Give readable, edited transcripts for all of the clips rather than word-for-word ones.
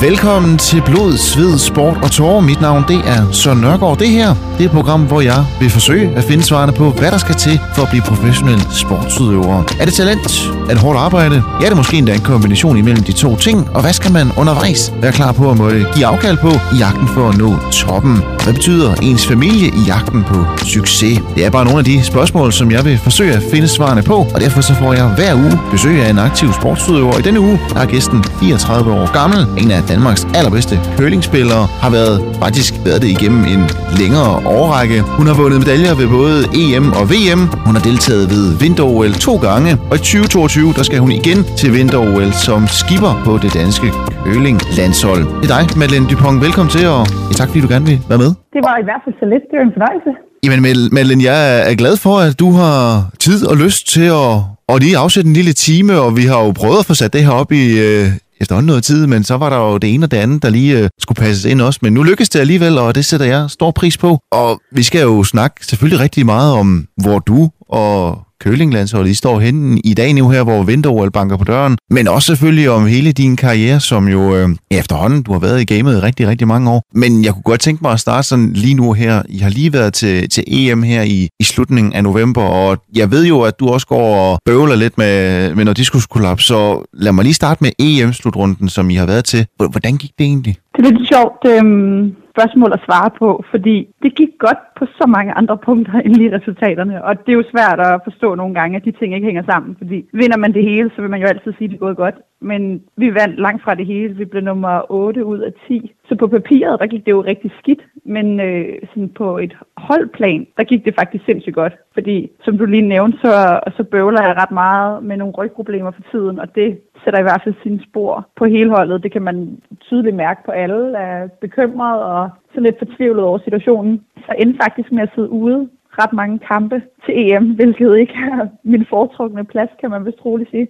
Velkommen til Blod, Sved, Sport og Tårer. Mit navn det er Søren Nørgaard. Det her det er et program, hvor jeg vil forsøge at finde svarene på, hvad der skal til for at blive professionel sportsudøver. Er det talent? Er det hårdt arbejde? Ja, det er måske endda en kombination imellem de to ting. Og hvad skal man undervejs være klar på at måtte give afkald på i jagten for at nå toppen? Hvad betyder ens familie i jagten på succes? Det er bare nogle af de spørgsmål, som jeg vil forsøge at finde svarene på. Og derfor så får jeg hver uge besøg af en aktiv sportsudøver. I denne uge er gæsten 34 år gammel. En af Danmarks allerbedste curlingspillere, har været det igennem en længere årrække. Hun har vundet medaljer ved både EM og VM. Hun har deltaget ved Vinter-OL 2 gange, og i 2022 der skal hun igen til Vinter-OL som skipper på det danske curling-landshold. Det er dig, Madeleine Dupont. Velkommen til, og tak fordi du gerne vil være med. Det var i hvert fald så lidt. Det var en fornøjelse. Jamen Madeleine, jeg er glad for, at du har tid og lyst til at lige afsætte en lille time, og vi har jo prøvet at få sat det her op i efterhånden noget tid, men så var der jo det ene og det andet, der lige skulle passes ind også. Men nu lykkes det alligevel, og det sætter jeg stor pris på. Og vi skal jo snakke selvfølgelig rigtig meget om, hvor du og curlinglandsholdet I står henne i dag nu her, hvor Vinter-OL banker på døren. Men også selvfølgelig om hele din karriere, som jo efterhånden, du har været i gamet i rigtig, rigtig mange år. Men jeg kunne godt tænke mig at starte sådan lige nu her. I har lige været til EM her i slutningen af november, og jeg ved jo, at du også går og bøvler lidt med noget diskuskollaps. Så lad mig lige starte med EM-slutrunden, som I har været til. Hvordan gik det egentlig? Det er lidt sjovt spørgsmål at svare på, fordi det gik godt på så mange andre punkter end lige resultaterne. Og det er jo svært at forstå nogle gange, at de ting ikke hænger sammen. Fordi vinder man det hele, så vil man jo altid sige, at det er gået godt. Men vi vandt langt fra det hele. Vi blev nummer 8 ud af 10. Så på papiret, der gik det jo rigtig skidt. Men sådan på et holdplan, der gik det faktisk sindssygt godt. Fordi, som du lige nævnte, så bøvler jeg ret meget med nogle rygproblemer for tiden. Og det sætter i hvert fald sine spor på hele holdet. Det kan man tydeligt mærke på alle, er bekymret og så lidt fortvivlet over situationen. Så endte faktisk med at sidde ude ret mange kampe til EM, hvilket ikke er min foretrukne plads, kan man vist roligt sige.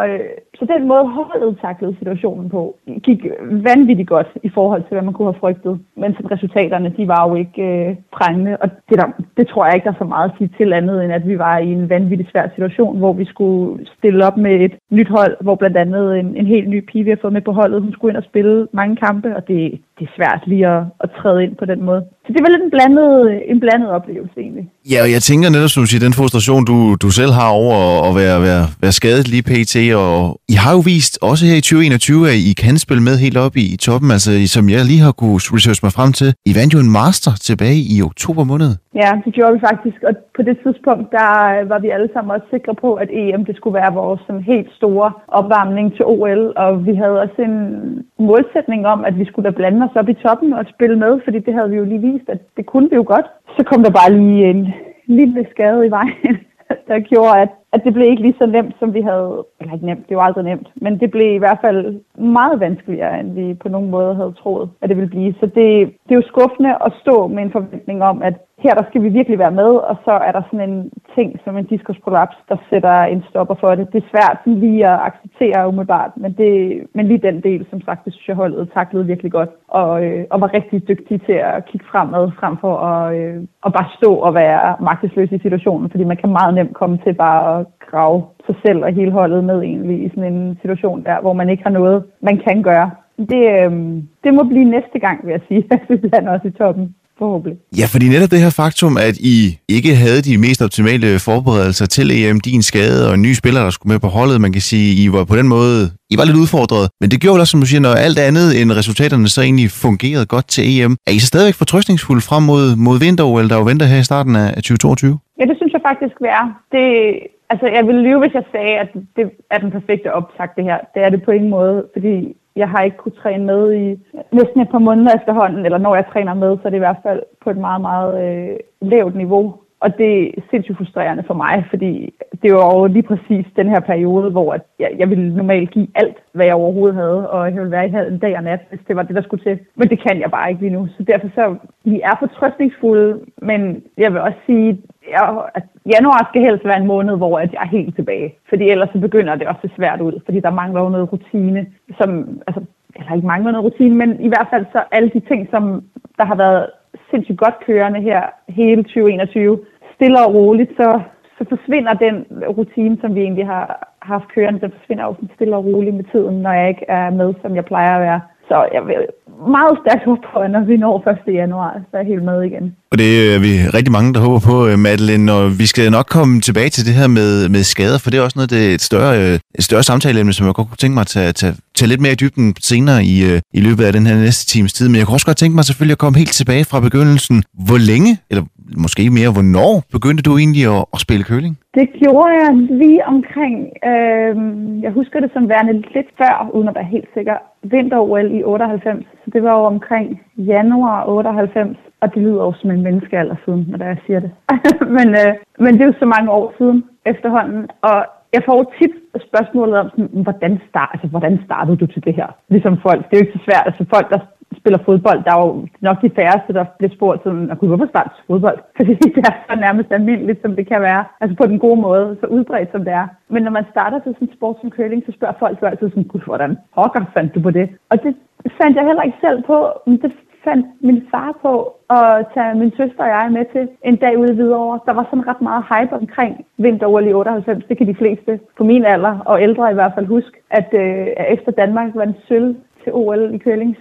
Så den måde holdet taklede situationen på, gik vanvittigt godt i forhold til, hvad man kunne have frygtet. Men resultaterne, de var jo ikke prangende, og det tror jeg ikke, der er så meget at sige til andet, end at vi var i en vanvittigt svær situation, hvor vi skulle stille op med et nyt hold, hvor blandt andet en helt ny pige, vi har fået med på holdet, hun skulle ind og spille mange kampe, og det er svært lige at træde ind på den måde. Så det var lidt en blandet oplevelse egentlig. Ja, og jeg tænker netop, som du siger, den frustration, du selv har over at være skadet lige pt. Og I har jo vist, også her i 2021, at I kan spille med helt op i toppen, altså som jeg lige har kunne researche mig frem til. I vandt jo en master tilbage i oktober måned. Ja, det gjorde vi faktisk, og på det tidspunkt, der var vi alle sammen også sikre på, at EM det skulle være vores sådan helt store opvarmning til OL, og vi havde også en målsætning om, at vi skulle da blande os op i toppen og spille med, fordi det havde vi jo lige vist, at det kunne vi jo godt. Så kom der bare lige en lille skade i vejen, der gjorde, at det blev ikke lige så nemt, som vi havde, eller ikke nemt, det var aldrig nemt, men det blev i hvert fald meget vanskeligere, end vi på nogen måde havde troet, at det ville blive. Så det er jo skuffende at stå med en forventning om, at her der skal vi virkelig være med, og så er der sådan en ting som en diskusprolaps, der sætter en stopper for det. Det er svært sådan lige at acceptere umiddelbart, men lige den del, som sagt, det synes jeg holdet taklede virkelig godt, og var rigtig dygtige til at kigge fremad, frem for at bare stå og være magtesløs i situationen, fordi man kan meget nemt komme til bare at grave sig selv og hele holdet ned egentlig i sådan en situation der, hvor man ikke har noget, man kan gøre. Det må blive næste gang, vil jeg sige, at vi blander os i toppen. Forhåbentlig. Ja, fordi netop det her faktum, at I ikke havde de mest optimale forberedelser til EM, din skade og en ny spiller, der skulle med på holdet, man kan sige, I var på den måde, I var lidt udfordret. Men det gjorde også, som du siger, når alt andet end resultaterne så egentlig fungerede godt til EM. Er I så stadigvæk fortrøstningsfulde frem mod Vinter-OL, der jo venter her i starten af 2022? Ja, det synes jeg faktisk, vi er. Jeg ville lyve, hvis jeg sagde, at det er den perfekte optakt, det her. Det er det på ingen måde, fordi jeg har ikke kunnet træne med i næsten et par måneder efterhånden, eller når jeg træner med, så er det i hvert fald på et meget, meget lavt niveau. Og det er sindssygt frustrerende for mig, fordi det var jo lige præcis den her periode, hvor jeg ville normalt give alt, hvad jeg overhovedet havde, og jeg ville være i halden dag og nat, hvis det var det, der skulle til. Men det kan jeg bare ikke lige nu. Så derfor så, vi er fortrøstningsfulde, men jeg vil også sige, at januar skal helst være en måned, hvor jeg er helt tilbage. Fordi ellers så begynder det også svært ud, fordi der mangler jo noget rutine, eller ikke mangler noget rutine, men i hvert fald så alle de ting, som der har været sindssygt godt kørende her hele 2021, stille og roligt, så forsvinder den rutine, som vi egentlig har haft kørende, den forsvinder jo stille og roligt med tiden, når jeg ikke er med, som jeg plejer at være. Så jeg vil meget stærkt håbe på, at når vi når 1. januar, så er jeg helt med igen. Og det er vi rigtig mange, der håber på, Madeleine, og vi skal nok komme tilbage til det her med skader, for det er også noget, det er et større samtaleemne, som jeg godt kunne tænke mig at tage lidt mere i dybden senere i løbet af den her næste times tid. Men jeg kunne også godt tænke mig selvfølgelig at komme helt tilbage fra begyndelsen. Hvor længe, eller måske mere, hvornår begyndte du egentlig at spille curling? Det gjorde jeg lige omkring, jeg husker det som værende lidt før, uden at være helt sikker, vinter-OL i 98. Så det var jo omkring januar 98, og det lyder jo som en menneskealder siden, når jeg siger det. men det er jo så mange år siden efterhånden, og jeg får tit spørgsmålet om, sådan, hvordan startede du til det her? Ligesom folk, det er jo ikke så svært, altså folk, der spiller fodbold, der er jo nok de færreste, der bliver spurgt sådan, hvorfor starte fodbold? Fordi det er så nærmest almindeligt, som det kan være. Altså på den gode måde, så udbredt som det er. Men når man starter til sådan en sport som curling, så spørger folk jo altid sådan, gud, hvordan pokker fandt du på det? Og det fandt jeg heller ikke selv på, men det fandt min far på at tage min søster og jeg med til en dag ude i Hvidovre. Der var sådan ret meget hype omkring vinter-OL i 98. Det kan de fleste på min alder, og ældre i hvert fald huske, at efter Danmark var en sølv til OL i curling,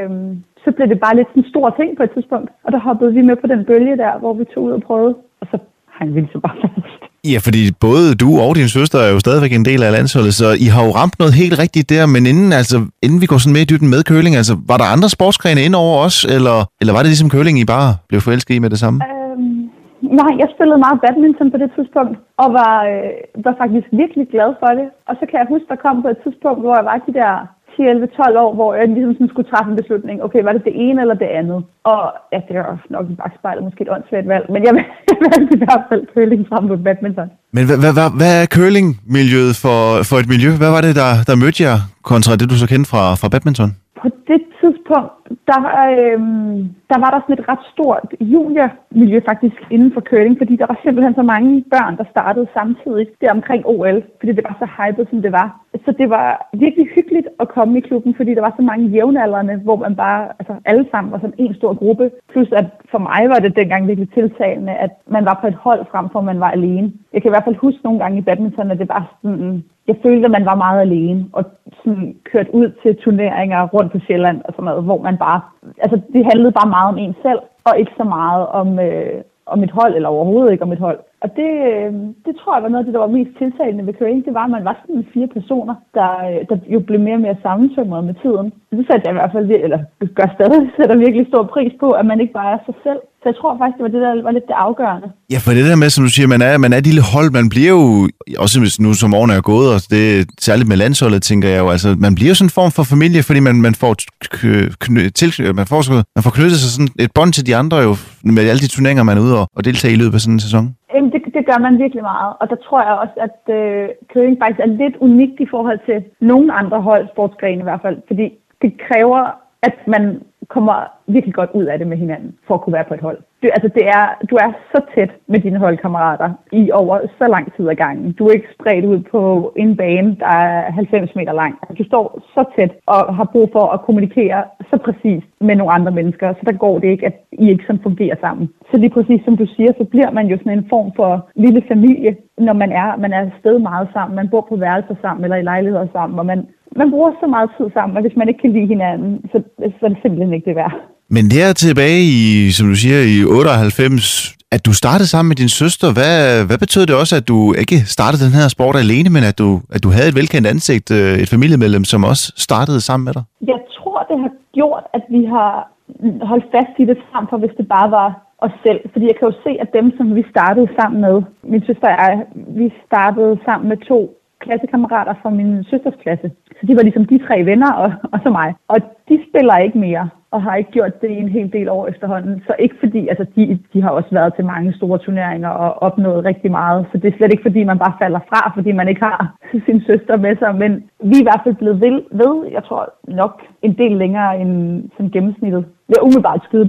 så blev det bare lidt en stor ting på et tidspunkt. Og der hoppede vi med på den bølge der, hvor vi tog ud og prøvede. Og så hang vi så bare fast. Ja, fordi både du og din søster er jo stadigvæk en del af landsholdet, så I har jo ramt noget helt rigtigt der, men inden vi går sådan med i dybden med curling, altså var der andre sportsgrene ind over os, eller var det ligesom curling, I bare blev forelsket i med det samme? Nej, jeg spillede meget badminton på det tidspunkt, og var faktisk virkelig glad for det. Og så kan jeg huske, der kom på et tidspunkt, hvor jeg var de der 10-11-12 år, hvor jeg ligesom sådan skulle træffe en beslutning. Okay, var det det ene eller det andet? Og ja, det var nok i bagspejlet måske et åndssvagt valg, men jeg valgte i hvert fald curling frem på badminton. Men hvad er curling-miljøet for et miljø? Hvad var det, der mødte jer kontra det, du så kendte fra badminton? På det tidspunkt, der var der sådan et ret stort juniormiljø faktisk inden for curling, fordi der var simpelthen så mange børn, der startede samtidig der omkring OL, fordi det var så hypet, som det var. Så det var virkelig hyggeligt at komme i klubben, fordi der var så mange jævnaldrende, hvor man bare, altså alle sammen var sådan en stor gruppe. Plus at for mig var det dengang virkelig tiltalende, at man var på et hold frem for, at man var alene. Jeg kan i hvert fald huske nogle gange i badminton, at det var sådan, jeg følte, at man var meget alene og sådan kørt ud til turneringer rundt på Sjælland og sådan noget, hvor man bare, altså det handlede bare meget om en selv, og ikke så meget om et hold, eller overhovedet ikke om et hold. Og det tror jeg var noget af det, der var mest tiltalende ved curling. Det var, at man var sådan 4 personer, der jo blev mere og mere sammentømret med tiden. Det satte jeg i hvert fald, eller gør stadig, sætter virkelig stor pris på, at man ikke bare er sig selv. Så jeg tror faktisk, det var det, der var lidt det afgørende. Ja, for det der med, som du siger, man er et lille hold, man bliver jo, også nu som årene er gået, og det er særligt med landsholdet, tænker jeg jo, altså man bliver jo sådan en form for familie, fordi man får knyttet sig sådan et bånd til de andre jo, med alle de turneringer, man er ude og deltage i løbet af sådan en sæson. Det gør man virkelig meget, og der tror jeg også, at curling faktisk er lidt unikt i forhold til nogle andre hold, sportsgrene i hvert fald, fordi det kræver, at man kommer virkelig godt ud af det med hinanden, for at kunne være på et hold. Du er så tæt med dine holdkammerater i over så lang tid ad gangen. Du er ikke spredt ud på en bane, der er 90 meter lang. Du står så tæt og har brug for at kommunikere så præcis med nogle andre mennesker, så der går det ikke, at I ikke sådan fungerer sammen. Så lige præcis som du siger, så bliver man jo sådan en form for lille familie, når man er afsted meget sammen. Man bor på værelser sammen eller i lejligheder sammen, og man bruger så meget tid sammen, og hvis man ikke kan lide hinanden, så er det simpelthen ikke det værd. Men der tilbage i, som du siger, i 98, at du startede sammen med din søster, hvad betød det også, at du ikke startede den her sport alene, men at du havde et velkendt ansigt, et familiemedlem, som også startede sammen med dig? Jeg tror, det har gjort, at vi har holdt fast i det frem for, hvis det bare var os selv. Fordi jeg kan jo se, at dem, som vi startede sammen med, min søster og jeg, vi startede sammen med 2 klassekammerater fra min søsters klasse. Så de var ligesom de 3 venner og så mig. Og de spiller ikke mere, og har ikke gjort det i en hel del år efterhånden. Så ikke fordi, altså de har også været til mange store turneringer og opnået rigtig meget. Så det er slet ikke fordi, man bare falder fra, fordi man ikke har sin søster med sig. Men vi er i hvert fald blevet ved, jeg tror nok en del længere end som gennemsnittet. Jeg umiddelbart skyde på,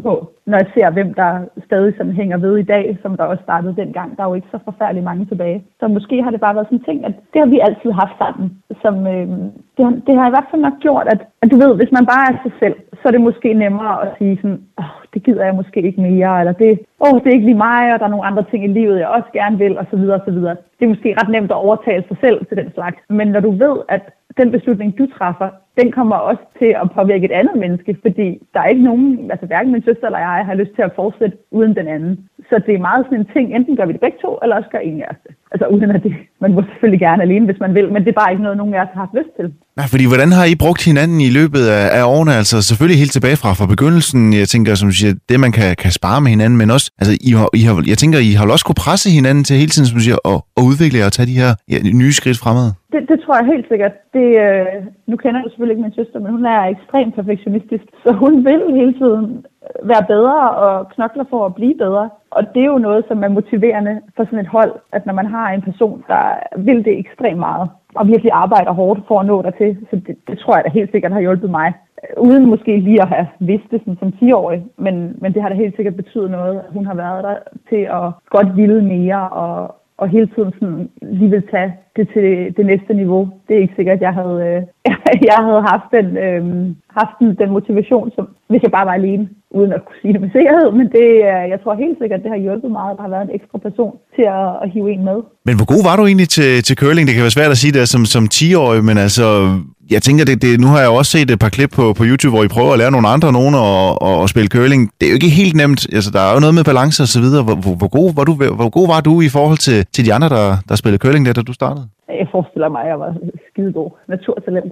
når jeg ser, hvem der stadig sådan hænger ved i dag, som der også startede dengang. Der er jo ikke så forfærdeligt mange tilbage. Så måske har det bare været sådan en ting, at det har vi altid haft sammen. Som, det har i hvert fald nok gjort, at du ved, hvis man bare er sig selv, så er det måske nemmere at sige sådan, det gider jeg måske ikke mere, eller det er ikke lige mig, og der er nogle andre ting i livet, jeg også gerne vil, og så videre, og så videre. Det er måske ret nemt at overtale sig selv til den slags. Men når du ved, at den beslutning, du træffer, den kommer også til at påvirke et andet menneske, fordi der er ikke nogen, altså hverken min søster eller jeg har lyst til at fortsætte uden den anden. Så det er meget sådan en ting, enten gør vi det begge to, eller også gør ingen af os det. Altså uden at det, man må selvfølgelig gerne alene, hvis man vil, men det er bare ikke noget, nogen af os har haft lyst til. Nej, fordi hvordan har I brugt hinanden i løbet af årene? Altså selvfølgelig helt tilbage fra begyndelsen. Jeg tænker, som du siger, det man kan spare med hinanden, men også, altså jeg tænker, I har også kunne presse hinanden til hele tiden, som du siger, at udvikle og tage de her nye skridt fremad. Det tror jeg helt sikkert. Nu kender du selvfølgelig ikke min søster, men hun er ekstremt perfektionistisk, så hun vil hele tiden være bedre og knokler for at blive bedre. Og det er jo noget, som er motiverende for sådan et hold, at når man har en person, der vil det ekstremt meget, og virkelig arbejder hårdt for at nå dertil, så det tror jeg da helt sikkert har hjulpet mig. Uden måske lige at have vidst det som 10-årig, men det har da helt sikkert betydet noget, at hun har været der til at godt ville mere og hele tiden sådan, lige vil tage det til det næste niveau. Det er ikke sikkert, at jeg havde haft den motivation, som hvis jeg bare var alene, uden at kunne sige det med sikkerhed. Men jeg tror helt sikkert, at det har hjulpet meget, at der har været en ekstra person til at hive en med. Men hvor god var du egentlig til curling? Det kan være svært at sige det som 10-årig, men altså, jeg tænker, nu har jeg også set et par klip på YouTube, hvor I prøver at lære nogle andre at spille curling. Det er jo ikke helt nemt. Altså, der er jo noget med balance og så videre. Hvor god var du i forhold til de andre, der spillede curling, da du startede? Jeg forestiller mig, at jeg var skidegod. Naturtalent.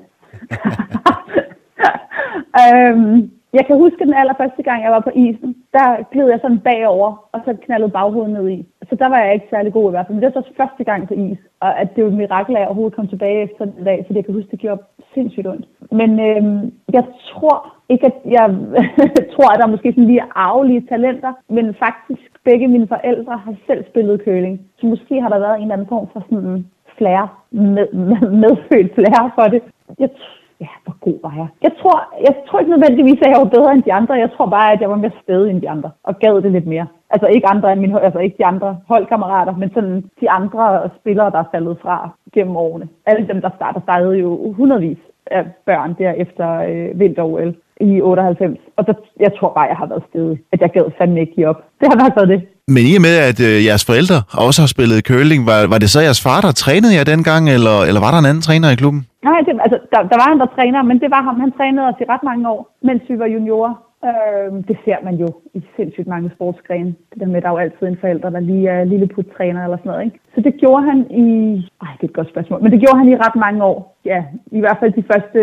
Jeg kan huske den allerførste gang, jeg var på isen. Der gled jeg sådan bagover, og så knaldede baghovedet ned i. Så der var jeg ikke særlig god i hvert fald. Men det var så første gang på is. Og at det var et mirakel, at jeg overhovedet kom tilbage efter den dag. Fordi jeg kan huske, det gjorde sindssygt ondt. Men jeg tror ikke, at jeg tror, at der er måske sådan lige arvelige talenter. Men faktisk begge mine forældre har selv spillet curling. Så måske har der været en eller anden form for sådan flair, medfødt flair for det. Ja, hvor god var jeg? Jeg tror ikke nødvendigvis, at jeg var bedre end de andre. Jeg tror bare, at jeg var mere stædig end de andre. Og gad det lidt mere. Altså ikke ikke de andre holdkammerater, men sådan de andre spillere, der er faldet fra gennem årene. Alle dem, der startede jo hundredvis af børn der efter vinter-OL i 98. Og jeg tror bare, jeg har været stædig. At jeg gad fandme ikke give op. Det har nok været det. Men i og med, at jeres forældre også har spillet curling, var det så jeres far, der trænede jer dengang, eller var der en anden træner i klubben? Nej, der var andre træner, men det var ham. Han trænede os i ret mange år, mens vi var juniorer. Det ser man jo i sindssygt mange sportsgrene. Det der med, at der er jo altid en forælder, der lige er lilleputtræner eller sådan noget, ikke? Så det gjorde han det er et godt spørgsmål, men det gjorde han i ret mange år. Ja, i hvert fald de første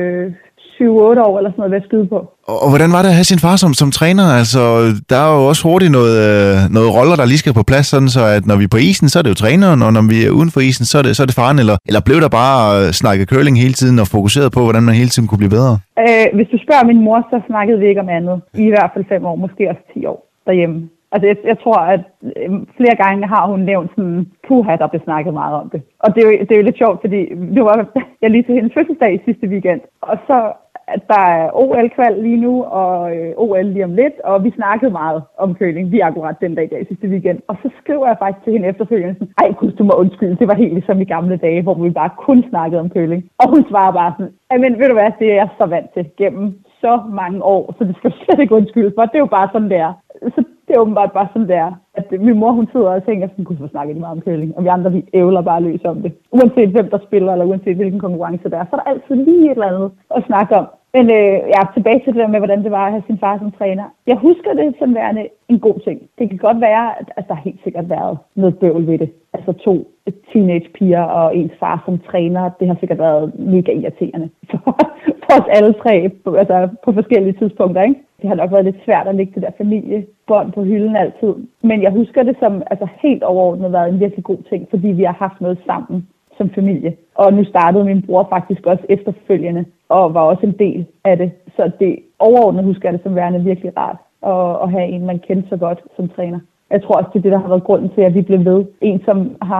7-8 år eller sådan noget, ved at skyde på. Og hvordan var det at have sin far som træner? Altså, der er jo også hurtigt noget roller, der lige skal på plads, sådan så at når vi er på isen, så er det jo træneren, og når vi er uden for isen, så er det faren, eller blev der bare snakket curling hele tiden og fokuseret på, hvordan man hele tiden kunne blive bedre? Hvis du spørger min mor, så snakkede vi ikke om andet. I hvert fald 5 år, måske også 10 år derhjemme. Altså, jeg tror, at flere gange har hun nævnt sådan, der blev snakket meget om det. Og det er jo lidt sjovt, fordi det var jeg lige til hendes fødselsdag i sidste weekend. Og så at der er OL-kval lige nu, og OL lige om lidt, og vi snakkede meget om curling lige akkurat den dag i sidste weekend. Og så skriver jeg faktisk til hende efterfølgende sådan, ej, du må undskylde, det var helt ligesom i gamle dage, hvor vi bare kun snakkede om curling. Og hun svarer bare sådan, men ved du hvad, det er jeg så vant til gennem så mange år, så det skal slet ikke undskylde for, det er jo bare sådan, det er. Så det er åbenbart bare sådan, det er. At min mor, hun sidder og tænker sådan, gud, hvor snakker de meget om curling, og vi andre, vi ævler bare løs om det. Uanset hvem der spiller, eller uanset hvilken konkurrence der er, så er der altid lige et eller andet at snakke om. Men tilbage til det der med, hvordan det var at have sin far som træner. Jeg husker det som værende en god ting. Det kan godt være, at der helt sikkert været noget bøvl ved det. Altså 2 teenagepiger og ens far som træner, det har sikkert været mega irriterende for os alle 3, altså på forskellige tidspunkter, ikke? Det har nok været lidt svært at lægge det der familiebånd på hylden altid. Men jeg husker det som helt overordnet været en virkelig god ting, fordi vi har haft noget sammen som familie. Og nu startede min bror faktisk også efterfølgende, og var også en del af det. Så det overordnet husker jeg det som værende virkelig rart at have en, man kendte så godt som træner. Jeg tror også, det er det, der har været grunden til, at vi blev ved. En, som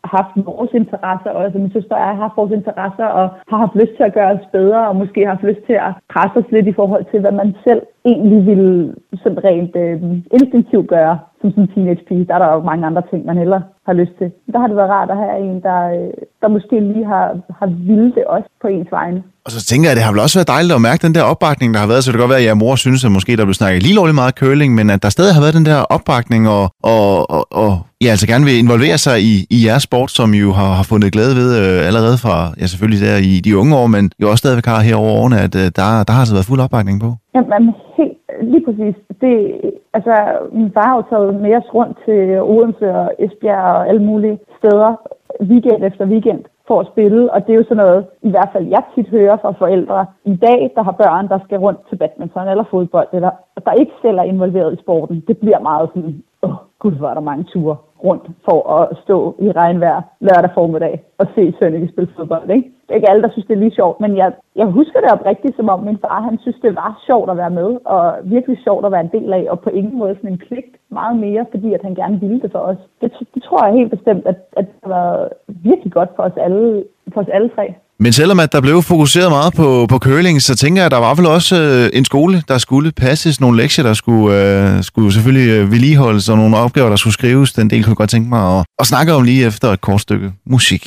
haft vores interesser også. Min søster og jeg har haft vores interesser og har haft lyst til at gøre os bedre, og måske har haft lyst til at presse os lidt i forhold til, hvad man selv egentlig ville sådan rent instinktivt gøre som sådan en teenage-pige. Der er der jo mange andre ting, man heller har lyst til. Der har det været rart at have en, der måske lige har vildt det også på ens vegne. Og så tænker jeg, at det har vel også været dejligt at mærke den der opbakning, der har været. Så det kan godt være, at jeres mor synes, at måske der blev snakket lige lovligt meget curling, men at der stadig har været den der opbakning, og ja, altså gerne vil involvere sig i jeres sport, som jo har fundet glæde ved allerede fra, ja selvfølgelig der i de unge år, men jo også stadigvæk har her over årene, at der har altså været fuld opbakning på. Jamen, helt lige præcis. Altså, min far har jo taget med os rundt til Odense og Esbjerg og alle mulige steder, weekend efter weekend, for at spille, og det er jo sådan noget, i hvert fald jeg tit hører fra forældre i dag, der har børn, der skal rundt til badminton eller fodbold, eller der ikke selv er involveret i sporten. Det bliver meget sådan, gud, hvor er der mange ture rundt for at stå i regnvejr lørdag formiddag og se Sønneke spille fodbold, ikke? Det er ikke alle, der synes, det er lige sjovt, men jeg husker det oprigtigt, som om min far, han synes, det var sjovt at være med, og virkelig sjovt at være en del af, og på ingen måde sådan en pligt, meget mere, fordi at han gerne ville det for os. Det tror jeg helt bestemt, at det har været virkelig godt for os alle tre. Men selvom at der blev fokuseret meget på curling, så tænker jeg, at der var vel også en skole, der skulle passes, nogle lektier, der skulle selvfølgelig vedligeholdes, og nogle opgaver, der skulle skrives. Den del kunne jeg godt tænke mig at snakke om lige efter et kort stykke musik.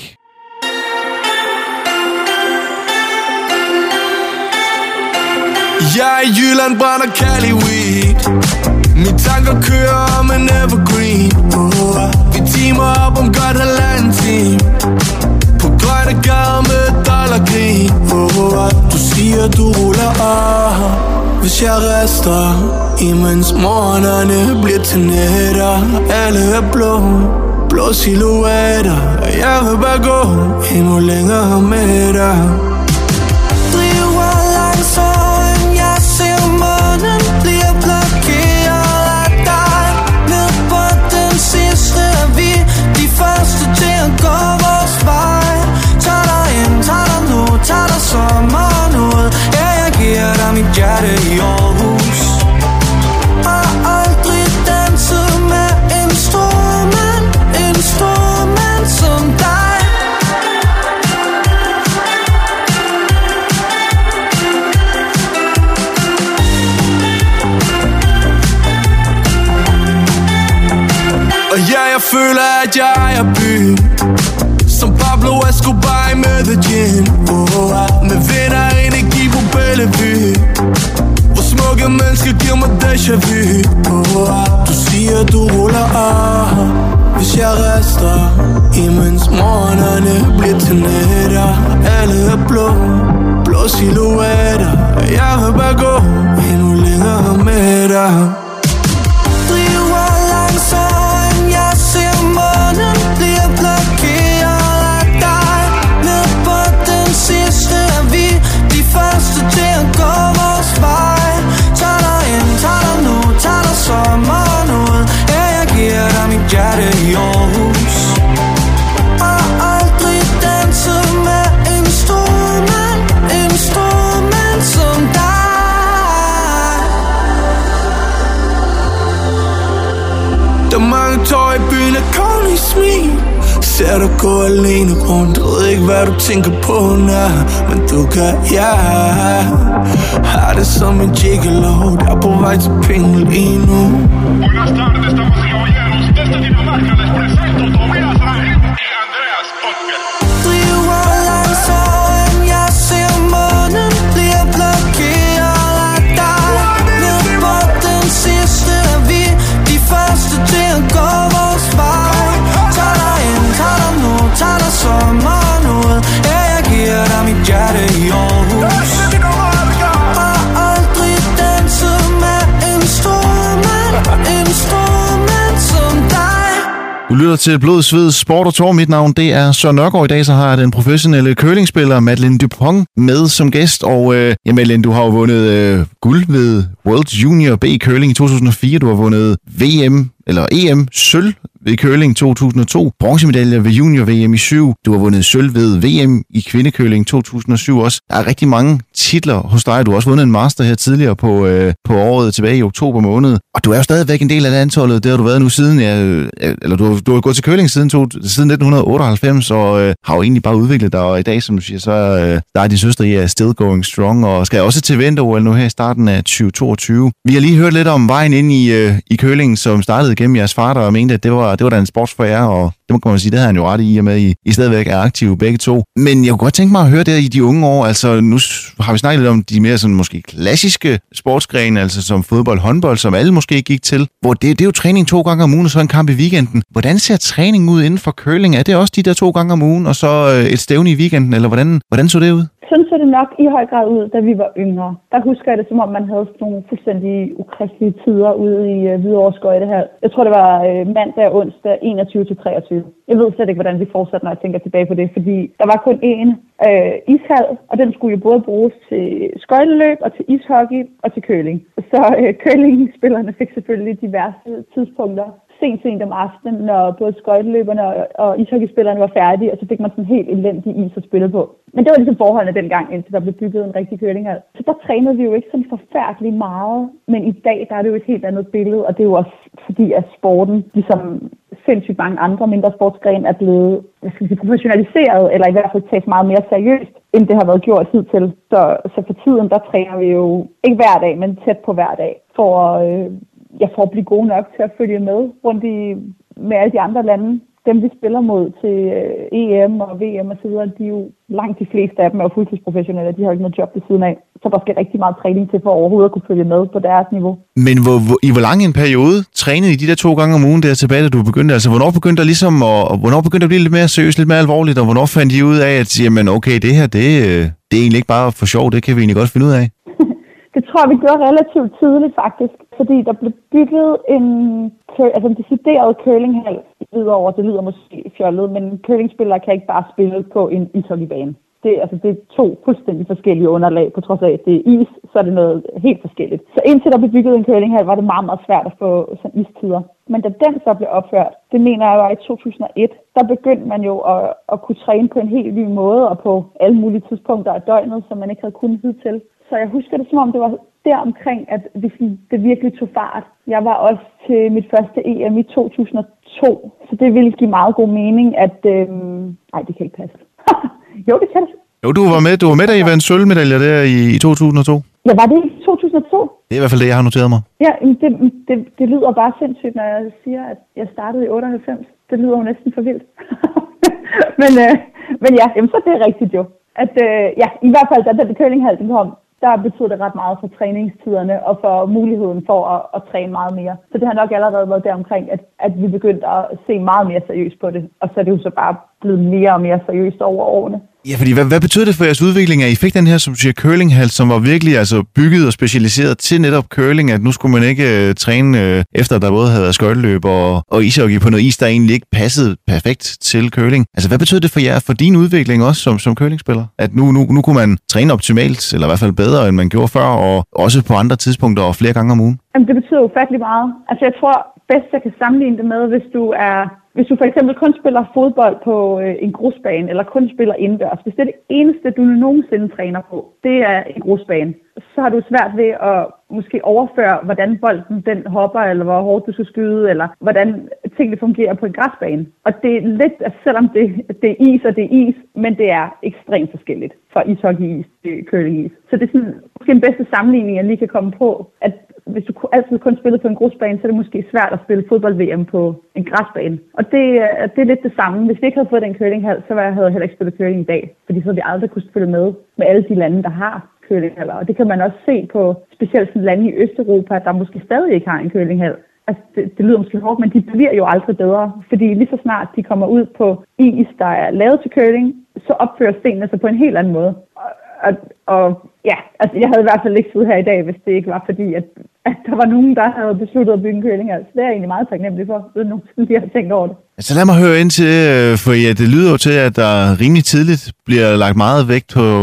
Jeg i Jylland brænder Cali weed. Mine tanker kører om en evergreen. Vi teamer op om godt halvanden time på grønne gader med dollargrin. Du siger du ruller af, hvis jeg rester, imens morgenerne bliver til nætter. Alle er blå silhuetter, og jeg vil bare gå endnu længere med dig. Driver langsomt, jeg ser månen bliver blokeret af dig. Ned på den sidste er vi de første til at gå vores vej. Tag dig ind, tag dig nu, tag dig sommeren ud. Ja, jeg giver dig mit hjerte i Aarhus. Og aldrig danset med en stormand som dig. Og ja, jeg føler, at jeg ejer byen, som Pablo Escobar i Medellin. Med vinder energi på Bellevue, hvor smukke mennesker giver mig déjà vu. Du siger, du ruller af, hvis jeg rester, imens morgenerne bliver til nætter. Alle er blå silhuetter, og jeg vil bare gå endnu længere med dig. Driver langsomt, jeg ser månen bliver blokeret af dig. Ned på den sidste er vi de første til at gå vores vej. Tag dig ind, tag dig nu, tag dig sommeren ud. Ja, jeg giver dig mit hjerte i Aarhus. Og aldrig danset med en stormand som dig. Der er mange tår i byen af konge smil. Ser du gå alene rundt, ved ikke hvad du tænker på nær. Men du kan, ja. Har det som en gigolo, der er på vej til penge lige nu. Buenas tardes, damas y caballeros. Desde Dinamarca les presento Tobias Rahim y Andreas Ottger. Driver langsomt, jeg ser månen bliver blokeret af dig. Ned på den sidste er vi de første til at gå vores vej. Tag dig ind, tag dig nu, tag dig sommeren ud. Ja, jeg giver dig mit hjerte i Aarhus. Og aldrig danset med en stormand som dig. Du lytter til Blod, Sved, Sport og Tår. Mit navn, det er Søren Nørgaard. I dag så har jeg den professionelle curlingspiller Madeleine Dupont med som gæst. Og ja, Madeleine, du har jo vundet guld ved World Junior B Curling i 2004. Du har vundet VM eller EM sølv ved curling 2002, bronzemedaljer ved junior-VM i 7. Du har vundet sølv ved VM i kvindecurling 2007 også. Der er rigtig mange titler hos dig. Du har også vundet en master her tidligere på året tilbage i oktober måned. Og du er jo stadigvæk en del af det antallet. Det har du været nu siden, eller du har gået til curling siden 1998, og har jo egentlig bare udviklet dig. Og i dag, som du siger, så der er din søster i still going strong, og skal også til vinter-OL nu her i starten af 2022. Vi har lige hørt lidt om vejen ind i curling, som startede gennem jeres far, og mente, at det var da en sport for jer, og det må man sige, det har han jo ret i og med, I stadigvæk er aktive begge to. Men jeg kunne godt tænke mig at høre det i de unge år, altså nu har vi snakket lidt om de mere sådan måske klassiske sportsgrene, altså som fodbold, håndbold, som alle måske gik til, hvor det er jo træning 2 gange om ugen og så en kamp i weekenden. Hvordan ser træning ud inden for curling? Er det også de der 2 gange om ugen og så et stævne i weekenden, eller hvordan så det ud? Sådan så det nok i høj grad ud, da vi var yngre. Der husker jeg det, som om man havde sådan nogle fuldstændig ukristelige tider ude i Hvidovre Skøjtehal. Jeg tror, det var mandag og onsdag 21-23. Jeg ved slet ikke, hvordan vi fortsatte, når jeg tænker tilbage på det, fordi der var kun én ishal, og den skulle jo både bruges til skøjteløb og til ishockey og til curling. Så curlingspillerne fik selvfølgelig diverse tidspunkter sent om aftenen, når både skøjteløberne og ishockeyspillerne var færdige, og så fik man sådan helt elendig is at spille på. Men det var ligesom forholdene dengang, indtil der blev bygget en rigtig curlinghal. Så der trænede vi jo ikke sådan forfærdeligt meget, men i dag der er det jo et helt andet billede, og det er jo også fordi, at sporten, ligesom sindssygt mange andre mindre sportsgrene, er blevet professionaliseret, eller i hvert fald taget meget mere seriøst, end det har været gjort hidtil. Så for tiden, der træner vi jo ikke hver dag, men tæt på hver dag, for at blive gode nok til at følge med rundt med alle de andre lande. Dem, vi spiller mod til EM og VM og så videre, de er jo langt de fleste af dem er fuldtidsprofessionelle, de har ikke noget job ved siden af. Så der skal rigtig meget træning til for overhovedet at kunne følge med på deres niveau. Men hvor lang en periode trænede I de der 2 gange om ugen der tilbage, da du begyndte? Altså, hvornår begyndte der ligesom hvornår begyndte at blive lidt mere seriøst, lidt mere alvorligt, og hvornår fandt I ud af, at jamen, okay, det her, det er egentlig ikke bare for sjov, det kan vi egentlig godt finde ud af? Det tror jeg, vi gjorde relativt tidligt faktisk, fordi der blev bygget en decideret curlinghal Hvidovre. Det lyder måske fjollet, men curlingspillere kan ikke bare spille på en ishockeybane. Det er 2 fuldstændig forskellige underlag, på trods af, at det er is, så er det noget helt forskelligt. Så indtil der blev bygget en curlinghal, var det meget, meget svært at få sådan istider. Men da den så blev opført, det mener jeg var i 2001, der begyndte man jo at kunne træne på en helt ny måde og på alle mulige tidspunkter af døgnet, som man ikke havde kunnet hidtil. Så jeg husker det, som om det var deromkring, at det virkelig tog fart. Jeg var også til mit første EM i 2002, så det ville give meget god mening, at... Nej, det kan ikke passe. Jo, det kan det. Jo, du var med, da I vandt sølvmedaljer der i 2002. Ja, var det i 2002? Det er i hvert fald det, jeg har noteret mig. Ja, det lyder bare sindssygt, når jeg siger, at jeg startede i 98. Det lyder jo næsten for vildt. men ja, så det er rigtigt jo. At i hvert fald, da den curlinghal kom, der betyder det ret meget for træningstiderne og for muligheden for at træne meget mere. Så det har nok allerede været deromkring, at vi begyndte at se meget mere seriøst på det. Og så er det jo så bare blevet mere og mere seriøst over årene. Ja, fordi hvad betyder det for jeres udvikling, at I fik den her, som du siger, curlinghal, som var virkelig bygget og specialiseret til netop curling, at nu skulle man ikke træne efter, der både havde været skøjteløb og ishockey på noget is, der egentlig ikke passede perfekt til curling. Altså, hvad betyder det for jer, for din udvikling også som curlingspiller? At nu kunne man træne optimalt, eller i hvert fald bedre, end man gjorde før, og også på andre tidspunkter og flere gange om ugen? Jamen, det betyder ufattelig meget. Altså, jeg tror bedst, jeg kan sammenligne det med, hvis du for eksempel kun spiller fodbold på en grusbane, eller kun spiller indendørs. Hvis det er det eneste, du nogensinde træner på, det er en grusbane, så har du svært ved at måske overføre, hvordan bolden den hopper, eller hvor hårdt du skal skyde, eller hvordan tingene fungerer på en græsbane. Og det er lidt, selvom det er is, og det er is, men det er ekstremt forskelligt fra ishockey-is til curling-is. Så det er sådan måske den bedste sammenligning, jeg lige kan komme på, at hvis du altid kun spiller på en grusbane, så er det måske svært at spille fodbold-VM på en græsbane. Og det er lidt det samme. Hvis vi ikke havde fået den curlinghal, så havde jeg heller ikke spillet curling i dag. Fordi så havde vi aldrig kunne spille med alle de lande, der har curlinghaller. Og det kan man også se på specielt sådan lande i Østeuropa, der måske stadig ikke har en curlinghal. Altså, det lyder måske hårdt, men de bliver jo aldrig bedre. Fordi lige så snart de kommer ud på is, der er lavet til curling, så opfører stenene sig på en helt anden måde. Og ja, altså jeg havde i hvert fald ikke siddet her i dag, hvis det ikke var fordi, at der var nogen, der havde besluttet at bygge en curlinghal. Så det er jeg egentlig meget taknemmelig for, uden nogensinde lige har tænkt over det. Så lad mig høre ind til, for ja, det lyder jo til, at der rimelig tidligt bliver lagt meget vægt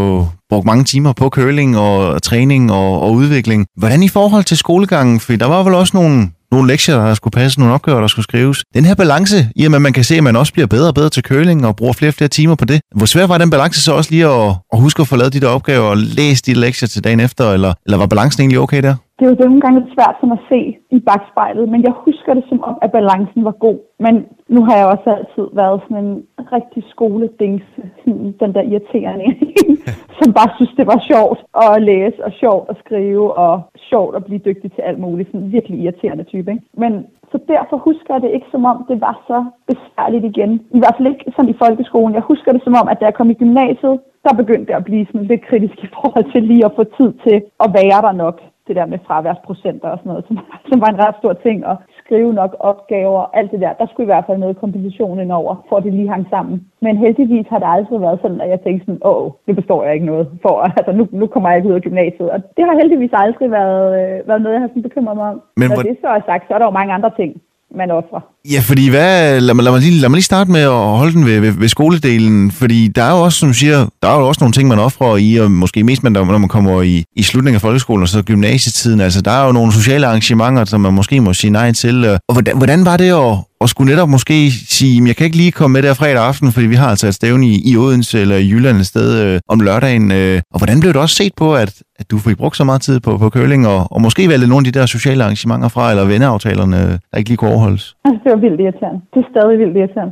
brugt mange timer på curling og træning og udvikling. Hvordan i forhold til skolegangen? For der var vel også nogle lektier, der skulle passe, nogle opgaver, der skulle skrives. Den her balance, i og med at man kan se, at man også bliver bedre og bedre til curling og bruger flere og flere timer på det. Hvor svært var den balance så også lige at huske at få lavet de der opgaver og læse de lektier til dagen efter, eller var balancen egentlig okay der? Det er jo nogle gange lidt svært som at se i bagspejlet, men jeg husker det som om, at balancen var god. Men nu har jeg også altid været sådan en rigtig skoledings, den der irriterende som bare synes, det var sjovt at læse og sjovt at skrive og sjovt at blive dygtig til alt muligt. Sådan en virkelig irriterende type, ikke? Men så derfor husker jeg det ikke som om, det var så besværligt igen. I hvert fald ikke sådan i folkeskolen. Jeg husker det som om, at da jeg kom i gymnasiet, der begyndte det at blive sådan lidt kritisk i forhold til lige at få tid til at være der nok. Det der med fraværsprocenter og sådan noget, som var en ret stor ting, og skrive nok opgaver og alt det der. Der skulle i hvert fald noget kompensation indover, for at det lige hang sammen. Men heldigvis har det aldrig været sådan, at jeg tænkte sådan, nu består jeg ikke noget, for altså nu kommer jeg ikke ud af gymnasiet. Og det har heldigvis aldrig været noget, jeg har sådan bekymret mig om. Men når det så er sagt, så er der jo mange andre ting, man offrer. Ja, fordi lad mig lige starte med at holde den ved skoledelen, fordi der er jo også, som du siger, der er jo også nogle ting, man offrer i, og måske mest når man kommer i slutningen af folkeskolen og så gymnasietiden. Altså, der er jo nogle sociale arrangementer, som man måske må sige nej til. Og hvordan var det at skulle netop måske sige, jeg kan ikke lige komme med der fredag aften, fordi vi har altså et stævne i Odense eller i Jylland et sted om lørdagen. Og hvordan blev det også set på, at du fik brugt så meget tid på curling, og måske valgte nogle af de der sociale arrangementer fra, eller venneaftalerne, der ikke lige kunne overholdes? Altså, det var vildt irriterende. Det er stadig vildt irriterende.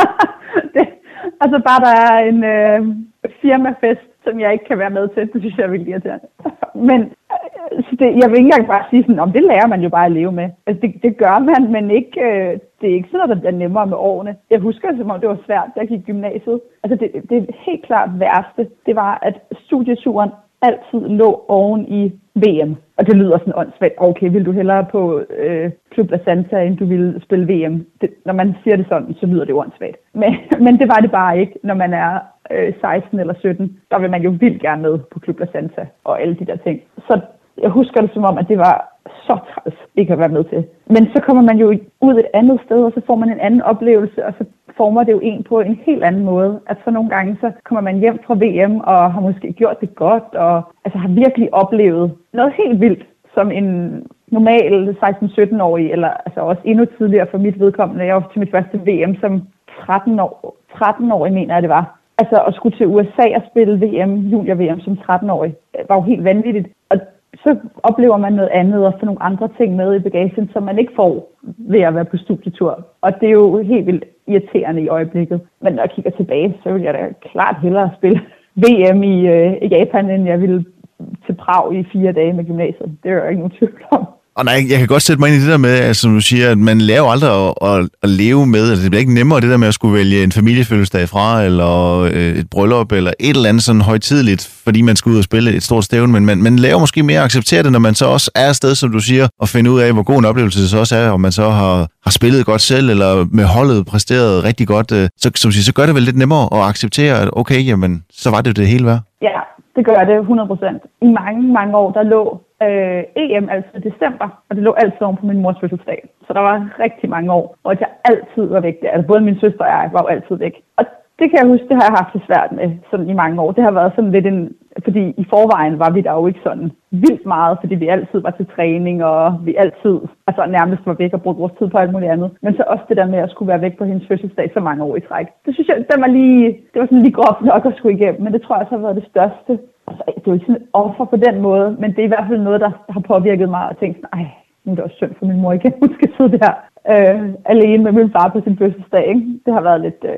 Altså bare der er en firmafest, som jeg ikke kan være med til, det synes jeg er vildt irriterende. Men jeg vil ikke engang bare sige sådan, om det lærer man jo bare at leve med. Altså det gør man, men ikke, det er ikke sådan noget, der bliver nemmere med årene. Jeg husker det, som om det var svært, da jeg gik i gymnasiet. Altså det helt klart værste, det var, at studieturen altid lå oven i VM. Og det lyder sådan åndssvagt. Okay, vil du hellere på Club La Santa, end du ville spille VM? Når man siger det sådan, så lyder det åndssvagt. Men det var det bare ikke, når man er 16 eller 17. Der vil man jo vildt gerne med på Club La Santa og alle de der ting. Så jeg husker det som om, at det var så træls ikke at være med til. Men så kommer man jo ud et andet sted, og så får man en anden oplevelse, og så former det jo en på en helt anden måde. At så nogle gange, så kommer man hjem fra VM og har måske gjort det godt, og altså har virkelig oplevet noget helt vildt, som en normal 16-17-årig, eller altså også endnu tidligere for mit vedkommende. Jeg var til mit første VM som 13-årig, mener jeg det var. Altså at skulle til USA og spille VM, junior-VM som 13-årig, var jo helt vanvittigt. Og så oplever man noget andet og får nogle andre ting med i bagagen, som man ikke får ved at være på studietur. Og det er jo helt vildt irriterende i øjeblikket. Men når jeg kigger tilbage, så vil jeg da klart hellere spille VM i Japan, end jeg ville til Prag i 4 dage med gymnasiet. Det er jo ikke nogen tvivl om. Og nej, jeg kan godt sætte mig ind i det der med, altså, som du siger, at man lærer jo aldrig at leve med. Altså, det bliver ikke nemmere det der med at skulle vælge en familiefødselsdag fra, eller et bryllup, eller et eller andet sådan højtideligt, fordi man skal ud og spille et stort stævne. Men man lærer måske mere at acceptere det, når man så også er afsted, som du siger, og finde ud af, hvor god en oplevelse det så også er, om man så har spillet godt selv, eller med holdet præsteret rigtig godt. Så, som siger, så gør det vel lidt nemmere at acceptere, at okay, jamen, så var det hele værd. Ja, det gør det 100%. I mange år, der lå EM altså i december, og det lå altid oven på min mors fødselsdag. Så der var rigtig mange år, hvor jeg altid var væk der. Altså både min søster og jeg var jo altid væk. Og det kan jeg huske, det har jeg haft det svært med sådan i mange år. Det har været sådan lidt fordi i forvejen var vi der jo ikke sådan vildt meget, fordi vi altid var til træning, og vi altid nærmest var væk og brugte vores tid på alt muligt andet. Men så også det der med at skulle være væk på hendes fødselsdag så mange år i træk. Det synes jeg, det var sådan lige groft nok at skulle igennem, men det tror jeg også har været det største. Altså, det er jo ikke sådan et offer på den måde, men det er i hvert fald noget, der har påvirket mig og tænkt sådan, nu er det også synd for min mor igen, hun skal sidde der alene med min far på sin fødselsdag, ikke? Det har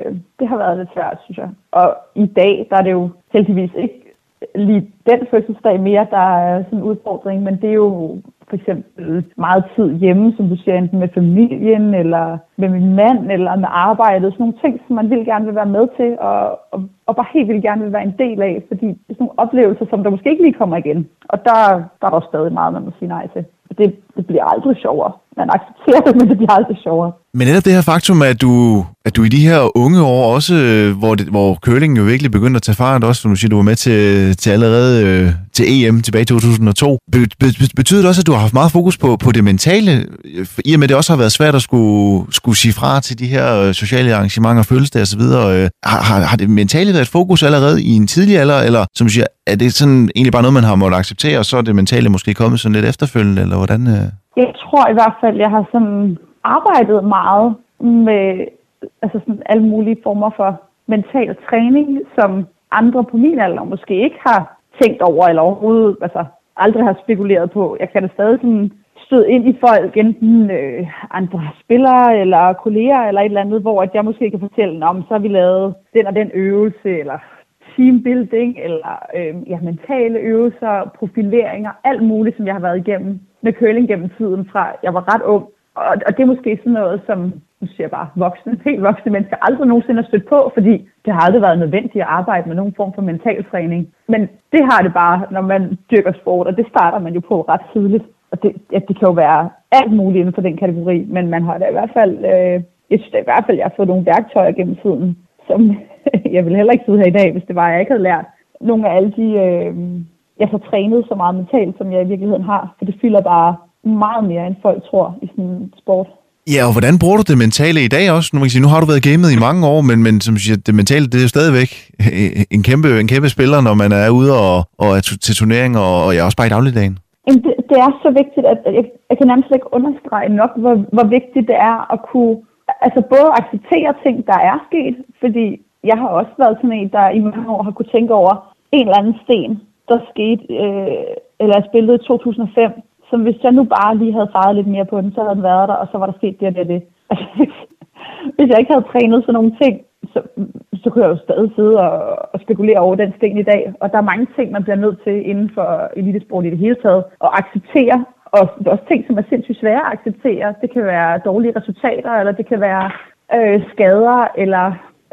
været lidt svært, synes jeg. Og i dag, der er det jo heldigvis ikke lige den fødselsdag mere, der er sådan en udfordring, men det er jo for eksempel meget tid hjemme, som du siger, enten med familien, eller med min mand, eller med arbejdet. Sådan nogle ting, som man vil gerne vil være med til, og bare helt vildt gerne vil være en del af, fordi det er sådan nogle oplevelser, som der måske ikke lige kommer igen. Og der er der stadig meget, man må sige nej til. Det bliver aldrig sjovere. Man accepterer det, men det bliver aldrig sjovere. Men netop det her faktum, at du i de her unge år også, hvor curlingen jo virkelig begyndte at tage fart, også som du siger, du var med til allerede til EM tilbage i 2002. Betyder det også, at du har haft meget fokus på det mentale, i og med det også har været svært at skulle sige fra til de her sociale arrangementer, fødselsdage osv.? Har det mentale været et fokus allerede i en tidlig alder, eller som du siger, er det sådan egentlig bare noget, man har måttet acceptere, og så er det mentale måske kommet sådan lidt efterfølgende, eller hvordan? Jeg tror i hvert fald, jeg har sådan arbejdet meget med altså sådan alle mulige former for mental træning, som andre på min alder måske ikke har tænkt over, eller overhovedet aldrig har spekuleret på. Jeg kan da stadig sådan støde ind i folk, enten andre spillere eller kolleger eller et eller andet, hvor jeg måske kan fortælle, om så har vi lavet den og den øvelse, eller teambuilding, eller mentale øvelser, profileringer, alt muligt, som jeg har været igennem med curling gennem tiden, fra jeg var ret ung. Og det er måske sådan noget, som, nu siger jeg bare helt voksne mennesker, aldrig nogensinde har stødt på, fordi det har aldrig været nødvendigt at arbejde med nogen form for mental træning. Men det har det bare, når man dyrker sport, og det starter man jo på ret tidligt. Og det kan jo være alt muligt inden for den kategori, men man har da i hvert fald, jeg synes da i hvert fald, jeg har fået nogle værktøjer gennem tiden, som jeg ville heller ikke sidde her i dag, hvis det var, jeg ikke havde lært. Nogle af alle de, jeg har trænet så meget mentalt, som jeg i virkeligheden har, for det fylder bare meget mere, end folk tror i sådan en sport. Ja, og hvordan bruger du det mentale i dag også? Nu har du været gamet i mange år, men som siger, det mentale, det er jo stadigvæk en kæmpe spiller, når man er ude og er til turneringer, og jeg også bare i dagligdagen. Det er så vigtigt, at jeg kan nærmest ikke understrege nok, hvor vigtigt det er at kunne både acceptere ting, der er sket, fordi jeg har også været sådan en, der i mange år har kunne tænke over en eller anden sten, der skete, eller jeg spillede i 2005, som hvis jeg nu bare lige havde faret lidt mere på den, så havde den været der, og så var der sket det og det. Altså, hvis jeg ikke havde trænet sådan nogle ting, så kunne jeg jo stadig sidde og spekulere over den sten i dag. Og der er mange ting, man bliver nødt til inden for elitesport i det hele taget, at acceptere. Og der er også ting, som er sindssygt svære at acceptere. Det kan være dårlige resultater, eller det kan være skader, eller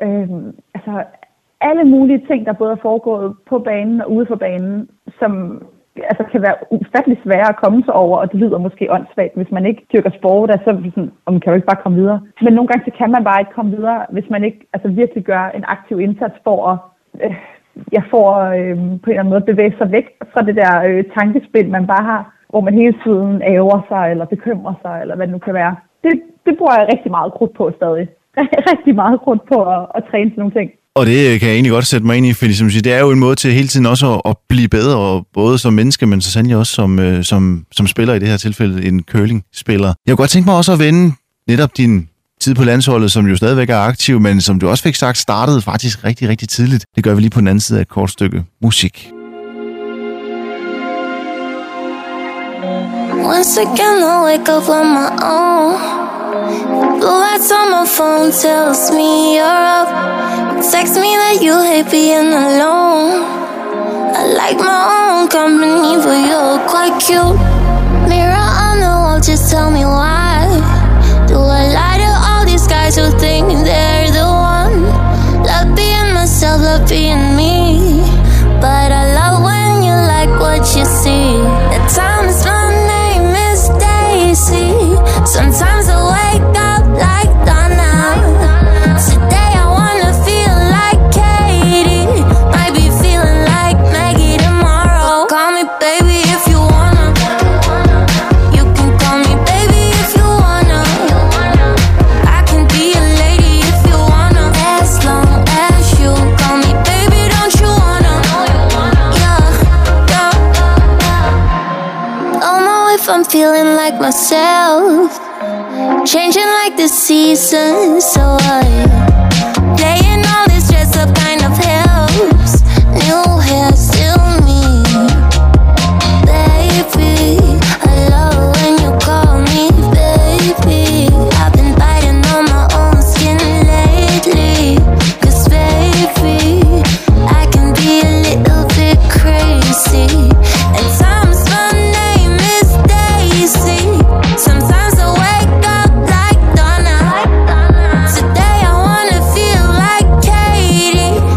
alle mulige ting, der både er foregået på banen og ude for banen, som kan være ufattelig svære at komme sig over, og det lyder måske åndssvagt, hvis man ikke dyrker sport, så sådan, man kan jo ikke bare komme videre. Men nogle gange så kan man bare ikke komme videre, hvis man ikke virkelig gør en aktiv indsats for at på en eller anden måde bevæge sig væk fra det der tankespind, man bare har, hvor man hele tiden ærger sig, eller bekymrer sig, eller hvad det nu kan være. Det bruger jeg rigtig meget krudt på stadig. Rigtig meget krudt på at træne sådan nogle ting. Og det kan jeg egentlig godt sætte mig ind i, fordi som siger, det er jo en måde til hele tiden også at blive bedre, både som menneske, men så sandelig også som spiller i det her tilfælde, en curling-spiller. Jeg kunne godt tænke mig også at vende netop din tid på landsholdet, som jo stadigvæk er aktiv, men som du også fik sagt, startede faktisk rigtig, rigtig tidligt. Det gør vi lige på den anden side af et kort stykke musik. Once again I wake up on my own. The lights on my phone tells me you're up. Text me that you hate being alone. I like my own company, but you're quite cute. Mirror on the wall, just tell me why. Do I lie to all these guys who think they're the one? Love being myself, love being me. But I love when you like what you see. At times my name is Daisy. Sometimes I wake up like Donna. Today I wanna feel like Katie. Might be feeling like Maggie tomorrow. Call me baby if you wanna. You can call me baby if you wanna. I can be a lady if you wanna. As long as you call me baby, don't you wanna? Yeah, yeah. Don't know if I'm feeling like myself. Changing like the seasons, so playing all this dress up kind of helps. New hair, still me. Baby, I love when you call me baby. I've been biting on my own skin lately. 'Cause baby, I can be a little bit crazy. At times my name is Daisy. Sometimes I wake up like Donna. Today I wanna feel like Katie.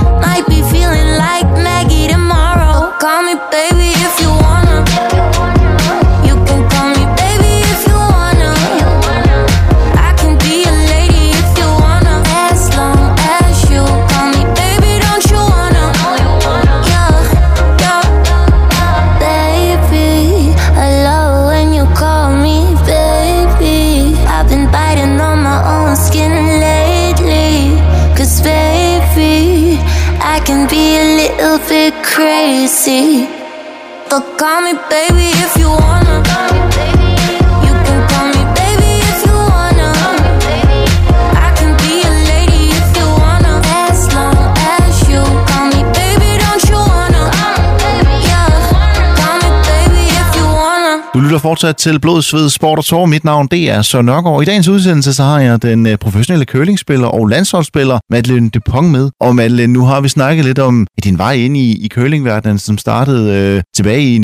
crazy. But call me baby if you wanna. You can call me baby if you wanna. I can be a lady if you wanna. As long as you call me baby, don't you wanna? Yeah, call me baby if you wanna. Du lytter fortsat til Blod, Sved, Sport og Tårer. Mit navn, det er Søren Nørgaard. I dagens udsendelse, så har jeg den professionelle curlingspiller og landsholdsspiller Madeleine Dupont med. Og Madeleine, nu har vi snakket lidt om din vej ind i curlingverdenen, som startede tilbage i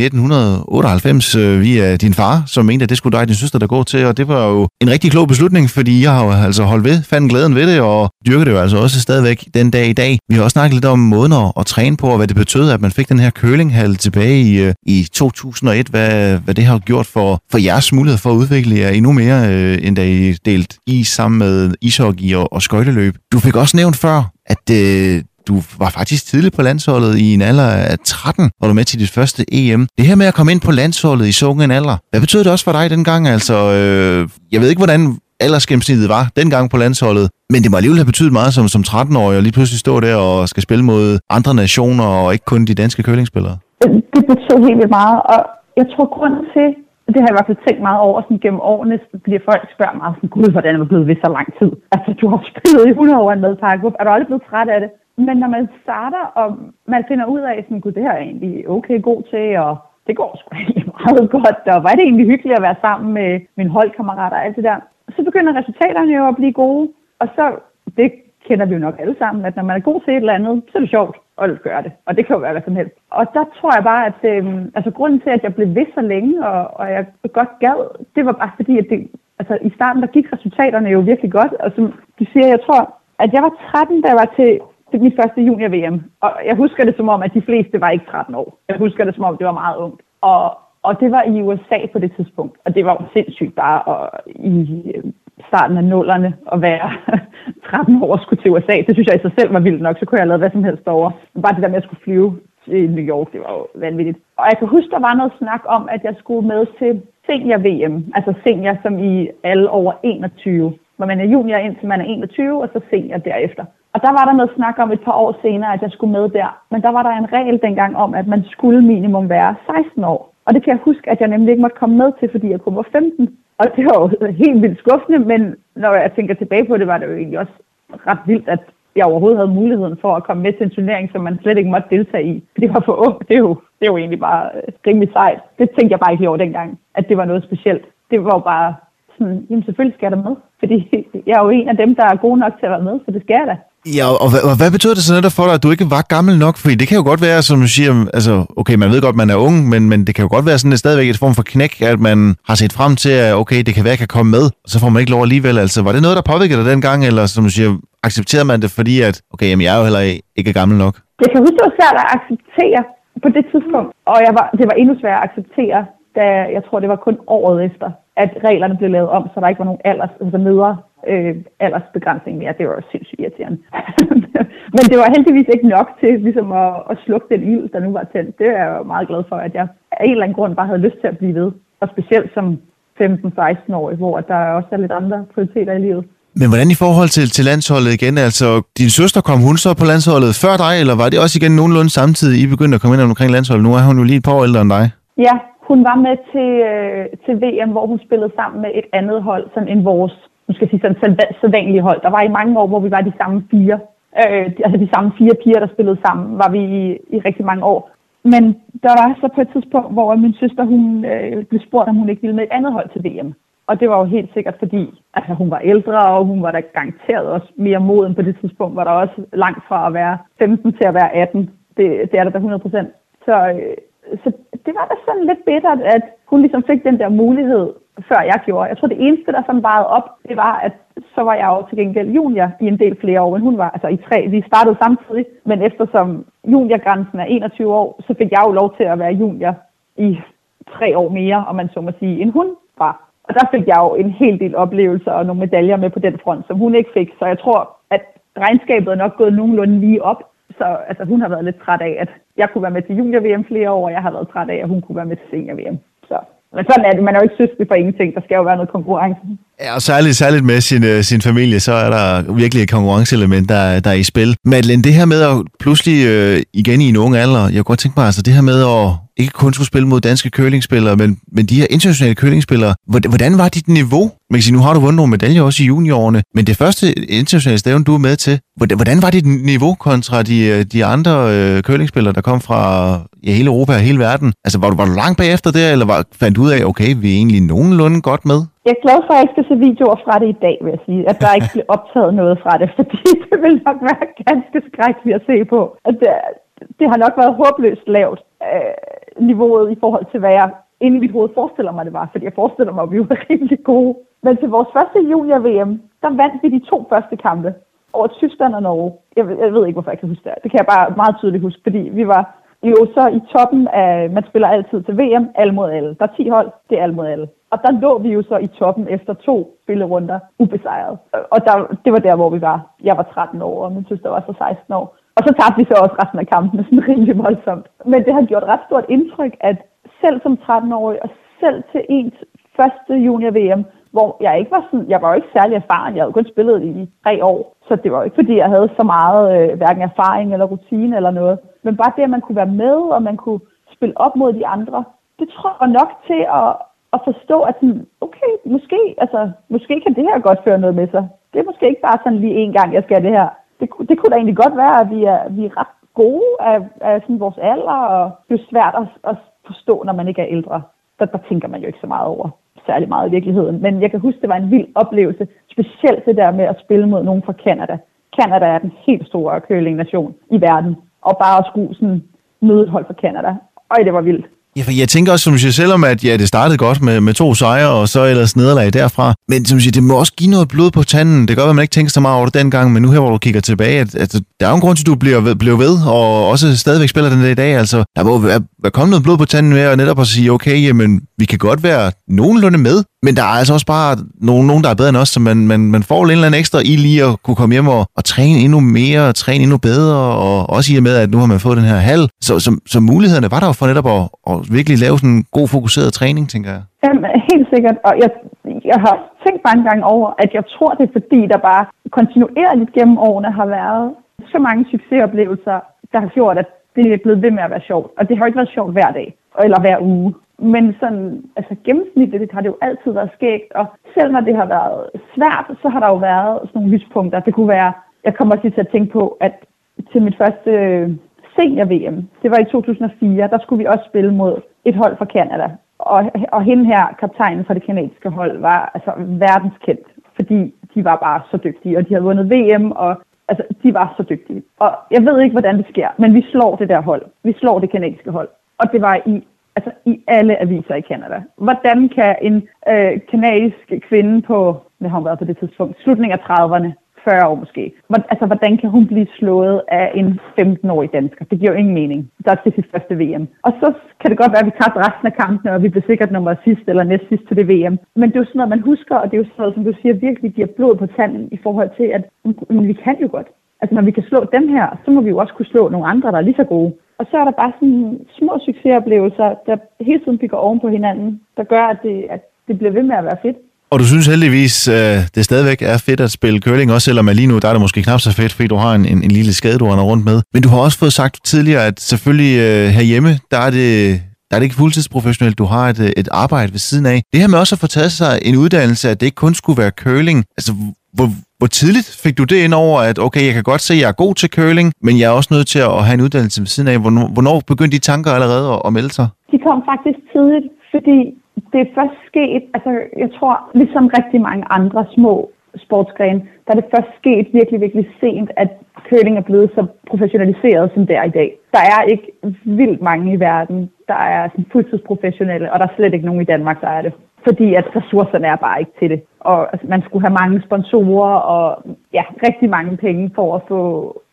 1998 via din far, som mente, at det skulle dig og din søster der gå til. Og det var jo en rigtig klog beslutning, fordi jeg har jo altså holdt ved, fandt glæden ved det, og dyrker det jo altså også stadigvæk den dag i dag. Vi har også snakket lidt om måden at træne på, og hvad det betød, at man fik den her curlinghal tilbage i 2001. Hvad det har gjort for jeres mulighed for at udvikle jer endnu mere, end da I delt is sammen med ishockey og skøjteløb. Du fik også nævnt før, at du var faktisk tidligt på landsholdet i en alder af 13, og du med til dit første EM. Det her med at komme ind på landsholdet i så ung en alder, hvad betød det også for dig dengang? Altså, jeg ved ikke, hvordan aldersgennemsnittet var dengang på landsholdet, men det må alligevel have betydet meget som 13-årig, og lige pludselig stå der og skal spille mod andre nationer, og ikke kun de danske curlingspillere. Det betød helt vildt meget, og jeg tror grunden til, det har jeg i hvert fald tænkt meget over sådan gennem årene, fordi folk spørger mig sådan, gud, hvordan er du blevet ved så lang tid? Altså, du har spillet i 100 år med Parkrup. Er du aldrig blevet træt af det? Men når man starter, og man finder ud af, sådan, gud, det her er egentlig okay god til, og det går sgu egentlig meget godt, og var det egentlig hyggeligt at være sammen med mine holdkammerater og alt det der. Så begynder resultaterne jo at blive gode, og så, det kender vi jo nok alle sammen, at når man er god til et eller andet, så er det sjovt at gøre det. Og det kan jo være hvad som helst. Og der tror jeg bare, at altså grunden til, at jeg blev ved så længe, og jeg godt gad, det var bare fordi, at det, altså i starten, der gik resultaterne jo virkelig godt. Og som du siger, jeg tror, at jeg var 13, da jeg var til mit første junior-VM. Og jeg husker det som om, at de fleste var ikke 13 år. Jeg husker det som om, det var meget ungt. Og det var i USA på det tidspunkt. Og det var jo sindssygt bare i starten af nullerne at være 13 år og skulle til USA. Det synes jeg i sig selv var vildt nok, så kunne jeg lave hvad som helst over. Bare det der med at skulle flyve til New York, det var jo vanvittigt. Og jeg kan huske, der var noget snak om, at jeg skulle med til senior-VM. Altså senior som i alle over 21. Hvor man er junior indtil man er 21, og så senior derefter. Og der var der noget snak om et par år senere, at jeg skulle med der. Men der var der en regel dengang om, at man skulle minimum være 16 år. Og det kan jeg huske, at jeg nemlig ikke måtte komme med til, fordi jeg kun var 15. Og det var jo helt vildt skuffende, men når jeg tænker tilbage på det, var det jo egentlig også ret vildt, at jeg overhovedet havde muligheden for at komme med til en turnering, som man slet ikke måtte deltage i. Det var for ung. Det er jo egentlig bare rimelig sejt. Det tænkte jeg bare ikke over dengang, at det var noget specielt. Det var jo bare sådan, jamen selvfølgelig skal jeg da med. Fordi jeg er jo en af dem, der er gode nok til at være med, så det skal jeg da. Ja, og hvad betyder det så netop for dig, at du ikke var gammel nok? Fordi det kan jo godt være, som du siger, altså, okay, man ved godt, man er ung, men det kan jo godt være sådan, stadigvæk et form for knæk, at man har set frem til, at okay, det kan være, at jeg kan komme med, og så får man ikke lov alligevel. Altså, var det noget, der påvirkede dig dengang, eller som du siger, accepterede man det, fordi at, okay, jamen, jeg er jo heller ikke gammel nok? Jeg kan huske, det var svært at acceptere på det tidspunkt, og det var endnu sværere at acceptere, da jeg tror, det var kun året efter, at reglerne blev lavet om, så der ikke var nogen nedre aldersbegrænsning mere. Det var jo sindssygt irriterende. Men det var heldigvis ikke nok til ligesom at slukke den ild, der nu var tændt. Det er jeg jo meget glad for, at jeg af en eller anden grund bare havde lyst til at blive ved. Og specielt som 15-16-årig, hvor der også er lidt andre prioriteter i livet. Men hvordan i forhold til landsholdet igen? Altså, din søster, kom hun så på landsholdet før dig, eller var det også igen nogenlunde samtidig, I begyndte at komme ind omkring landsholdet? Nu er hun jo lige et par år ældre end dig. Ja, hun var med til VM, hvor hun spillede sammen med et andet hold, sådan end vores, nu skal jeg sige sådan sædvanlige hold. Der var i mange år, hvor vi var de samme fire. Altså de samme 4 piger, der spillede sammen, var vi i rigtig mange år. Men der var så på et tidspunkt, hvor min søster, hun blev spurgt, om hun ikke ville med et andet hold til VM. Og det var jo helt sikkert, fordi altså, hun var ældre, og hun var da garanteret også mere moden på det tidspunkt, var der også langt fra at være 15 til at være 18. Det er der da 100%. Så det var da sådan lidt bittert, at hun ligesom fik den der mulighed, før jeg gjorde. Jeg tror, det eneste, der sådan vejede op, det var, at så var jeg jo til gengæld junior i en del flere år, end hun var. Altså i 3. Vi startede samtidig, men eftersom juniorgrænsen er 21 år, så fik jeg jo lov til at være junior i 3 år mere, om man så må sige, end hun var. Og der fik jeg jo en hel del oplevelser og nogle medaljer med på den front, som hun ikke fik. Så jeg tror, at regnskabet er nok gået nogenlunde lige op. Så altså, hun har været lidt træt af, at jeg kunne være med til junior-VM flere år, og jeg har været træt af, at hun kunne være med til senior-VM. Så. Men sådan er det. Man er jo ikke søskende for ingenting. Der skal jo være noget konkurrence. Ja, og særligt med sin familie, så er der virkelig et konkurrenceelement, der er i spil. Madeleine, det her med at pludselig igen i en ung alder, jeg kunne godt tænke mig, altså det her med at ikke kun skulle spille mod danske curlingspillere, men de her internationale curlingspillere, hvordan var dit niveau? Man kan sige, nu har du vundet nogle medaljer også i juniorårene, men det første internationale stævne, du er med til, hvordan var dit niveau kontra de andre curlingspillere, der kom fra hele Europa og hele verden? Altså, var du langt bagefter der, eller fandt du ud af, okay, vi er egentlig nogenlunde godt med? Jeg er glad for, at jeg ikke skal se videoer fra det i dag, vil jeg sige. At der ikke bliver optaget noget fra det, fordi det vil nok være ganske skrækkeligt at se på. At det har nok været håbløst lavt niveauet i forhold til, hvad jeg inde i mit hoved forestiller mig, det var. Fordi jeg forestiller mig, at vi var rigtig gode. Men til vores første junior-VM, der vandt vi de 2 første kampe over Tyskland og Norge. Jeg ved ikke, hvorfor jeg kan huske det. Det kan jeg bare meget tydeligt huske, fordi vi var jo så i toppen af, man spiller altid til VM, alle mod alle. Der er 10 hold, det er alle mod alle. Og der lå vi jo så i toppen efter 2 spillerunder ubesejret. Og det var der, hvor vi var. Jeg var 13 år, og min søster var så 16 år. Og så tabte vi så også resten af kampen sådan rimelig voldsomt. Men det har gjort ret stort indtryk, at selv som 13-årig, og selv til ens første junior-VM, hvor jeg var jo ikke særlig erfaren. Jeg havde kun spillet i 3 år. Så det var jo ikke, fordi jeg havde så meget hverken erfaring eller rutine eller noget. Men bare det, at man kunne være med, og man kunne spille op mod de andre, det tror jeg nok til at forstå, at sådan, okay, måske kan det her godt føre noget med sig. Det er måske ikke bare sådan lige en gang, jeg skal det her. Det kunne da egentlig godt være, at vi er ret gode af sådan vores alder, og det er jo svært at forstå, når man ikke er ældre. Der tænker man jo ikke så meget over, særlig meget i virkeligheden. Men jeg kan huske, det var en vild oplevelse, specielt det der med at spille mod nogen fra Canada. Canada er den helt store curling-nation i verden, og bare at skulle sådan møde et hold fra Canada. Og det var vildt. Ja, for jeg tænker også, som du siger, selvom at det startede godt med 2 sejre, og så ellers nederlag derfra. Men som du siger, det må også give noget blod på tanden. Det kan godt være, man ikke tænker så meget over det dengang, men nu her, hvor du kigger tilbage, at der er jo en grund til, at du bliver ved, og også stadigvæk spiller den der i dag. Altså, der må være kommet noget blod på tanden med, og netop at sige, okay, jamen, vi kan godt være nogenlunde med, men der er altså også bare nogen der er bedre end os, så man får en eller anden ekstra i lige at kunne komme hjem og træne endnu mere, og træne endnu bedre, og også i og med, at nu har man fået den her hal. Så mulighederne var der jo for netop at virkelig lave sådan en god fokuseret træning, tænker jeg. Jamen, helt sikkert, og jeg har tænkt mange gange over, at jeg tror, det er fordi, der bare kontinuerligt gennem årene har været så mange succesoplevelser, der har gjort, at det er blevet ved med at være sjovt. Og det har ikke været sjovt hver dag, eller hver uge. Men sådan, altså gennemsnitligt har det jo altid været skægt, og selv når det har været svært, så har der jo været sådan nogle lyspunkter. Det kunne være, jeg kommer også til at tænke på, at til mit første senior-VM, det var i 2004, der skulle vi også spille mod et hold fra Canada. Og hende her, kaptajnen for det kanadiske hold, var altså verdenskendt, fordi de var bare så dygtige, og de havde vundet VM, og altså, de var så dygtige. Og jeg ved ikke, hvordan det sker, men vi slår det der hold. Vi slår det kanadiske hold. Og det var i alle aviser i Canada. Hvordan kan en kanadisk kvinde på, hvad har hun været på det tidspunkt, slutningen af 30'erne, 40 år måske. Hvordan kan hun blive slået af en 15-årig dansker? Det giver jo ingen mening. Der er til sit første VM. Og så kan det godt være, at vi tabte resten af kampene, og vi blev sikkert nummer sidst eller næst sidst til det VM. Men det er jo sådan noget, man husker, og det er jo sådan noget, som du siger, virkelig giver blod på tanden i forhold til, at vi kan jo godt. Altså når vi kan slå dem her, så må vi jo også kunne slå nogle andre, der er lige så gode. Og så er der bare sådan små succesoplevelser, der hele tiden bygger oven på hinanden, der gør, at det bliver ved med at være fedt. Og du synes heldigvis, det stadigvæk er fedt at spille curling, også selvom lige nu der er det måske knap så fedt, fordi du har en lille skade, du render rundt med. Men du har også fået sagt tidligere, at selvfølgelig herhjemme, der er det ikke fuldtidsprofessionelt, du har et arbejde ved siden af. Det her med også at få taget sig en uddannelse, at det ikke kun skulle være curling, altså hvor tidligt fik du det ind over, at okay, jeg kan godt se, at jeg er god til curling, men jeg er også nødt til at have en uddannelse ved siden af. Hvornår begyndte de tanker allerede at melde sig? De kom faktisk tidligt, fordi det er først sket, altså jeg tror, ligesom rigtig mange andre små sportsgrene, der er det først sket virkelig, virkelig sent, at curling er blevet så professionaliseret, som det er i dag. Der er ikke vildt mange i verden, der er sådan fuldtidsprofessionelle, og der er slet ikke nogen i Danmark, der er det. Fordi at ressourcerne er bare ikke til det. Og altså, man skulle have mange sponsorer og ja, rigtig mange penge for at få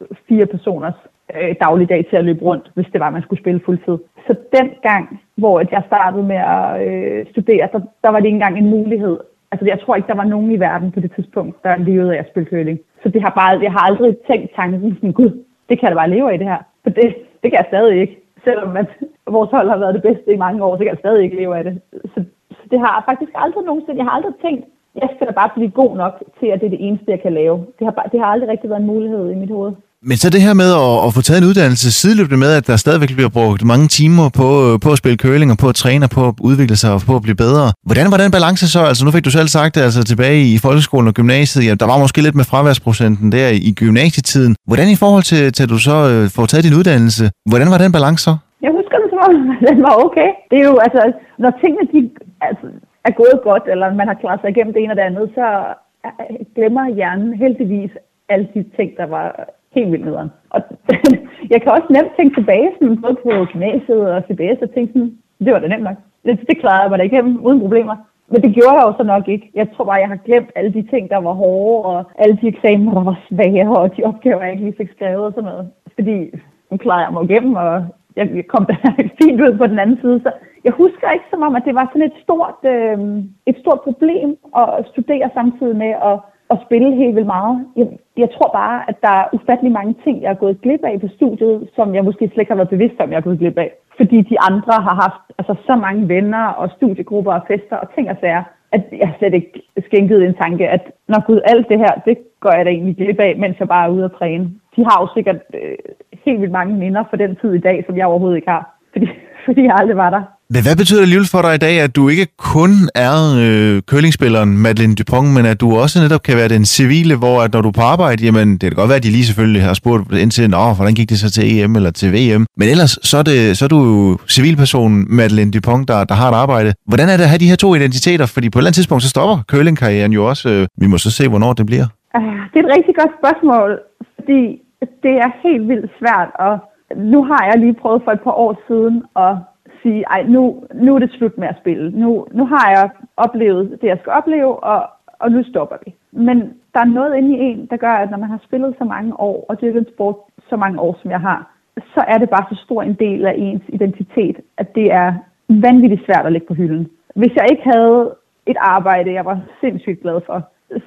4 personers dagligdag til at løbe rundt, hvis det var, man skulle spille fuldtid. Så den gang, hvor jeg startede med at studere, der var det ikke engang en mulighed. Altså jeg tror ikke, der var nogen i verden på det tidspunkt, der levede af at spille curling. Så jeg har aldrig tænkt tanken sådan, gud, det kan jeg da bare leve af det her. For det kan jeg stadig ikke. Selvom at vores hold har været det bedste i mange år, så kan jeg stadig ikke leve af det. Så det har faktisk aldrig nogensinde, jeg har aldrig tænkt, Jeg skal da bare blive god nok til, at det er det eneste, jeg kan lave. Det har aldrig rigtig været en mulighed i mit hoved. Men så det her med at få taget en uddannelse sideløbende med, at der stadigvæk bliver brugt mange timer på at spille curling og på at træne og på at udvikle sig og på at blive bedre. Hvordan var den balance så? Altså nu fik du selv sagt det, altså tilbage i folkeskolen og gymnasiet, ja, der var måske lidt med fraværsprocenten der i gymnasietiden. Hvordan i forhold til at du så får taget din uddannelse, hvordan var den balance så? Jeg husker det som om, den var okay. Det er jo altså, når tingene er gået godt, eller man har klaret sig igennem det ene og det andet, så glemmer hjernen heldigvis alle de ting, der var helt vildt nederen. Og jeg kan også nemt tænke tilbage, sådan både på gymnasiet og CBS, og tænke sådan, det var da nemt nok. Det klarede jeg mig da igennem uden problemer. Men det gjorde jeg jo så nok ikke. Jeg tror bare, jeg har glemt alle de ting, der var hårde, og alle de eksamener, der var svære, og de opgaver, jeg ikke lige fik skrevet og sådan noget. Fordi nu klarede jeg mig igennem, og jeg kom da fint ud på den anden side. Så jeg husker ikke som om, at det var sådan et stort problem at studere samtidig med at spille helt vildt meget. Jeg tror bare, at der er ufattelig mange ting, jeg er gået glip af på studiet, som jeg måske slet ikke har været bevidst om, jeg er gået glip af. Fordi de andre har haft så mange venner og studiegrupper og fester og ting og sager, at jeg slet ikke skænkede en tanke, at når gud, alt det her, det går jeg da egentlig glip af, mens jeg bare er ude at træne. De har jo sikkert helt vildt mange minder for den tid i dag, som jeg overhovedet ikke har. Fordi jeg aldrig var der. Men hvad betyder det alligevel for dig i dag, at du ikke kun er curlingspilleren Madeleine Dupont, men at du også netop kan være den civile, hvor at når du er på arbejde, jamen det kan godt være, at de lige selvfølgelig har spurgt indtil, hvordan gik det så til EM eller til VM, men ellers så er du jo civilpersonen Madeleine Dupont, der har et arbejde. Hvordan er det at have de her to identiteter? Fordi på et eller andet tidspunkt, så stopper curlingkarrieren jo også. Vi må så se, hvornår det bliver. Det er et rigtig godt spørgsmål, fordi det er helt vildt svært, og nu har jeg lige prøvet for et par år siden at sige, nu er det slut med at spille. Nu har jeg oplevet det, jeg skal opleve, og nu stopper vi. Men der er noget inde i en, der gør, at når man har spillet så mange år, og dyrket en sport så mange år, som jeg har, så er det bare så stor en del af ens identitet, at det er vanvittigt svært at lægge på hylden. Hvis jeg ikke havde et arbejde, jeg var sindssygt glad for,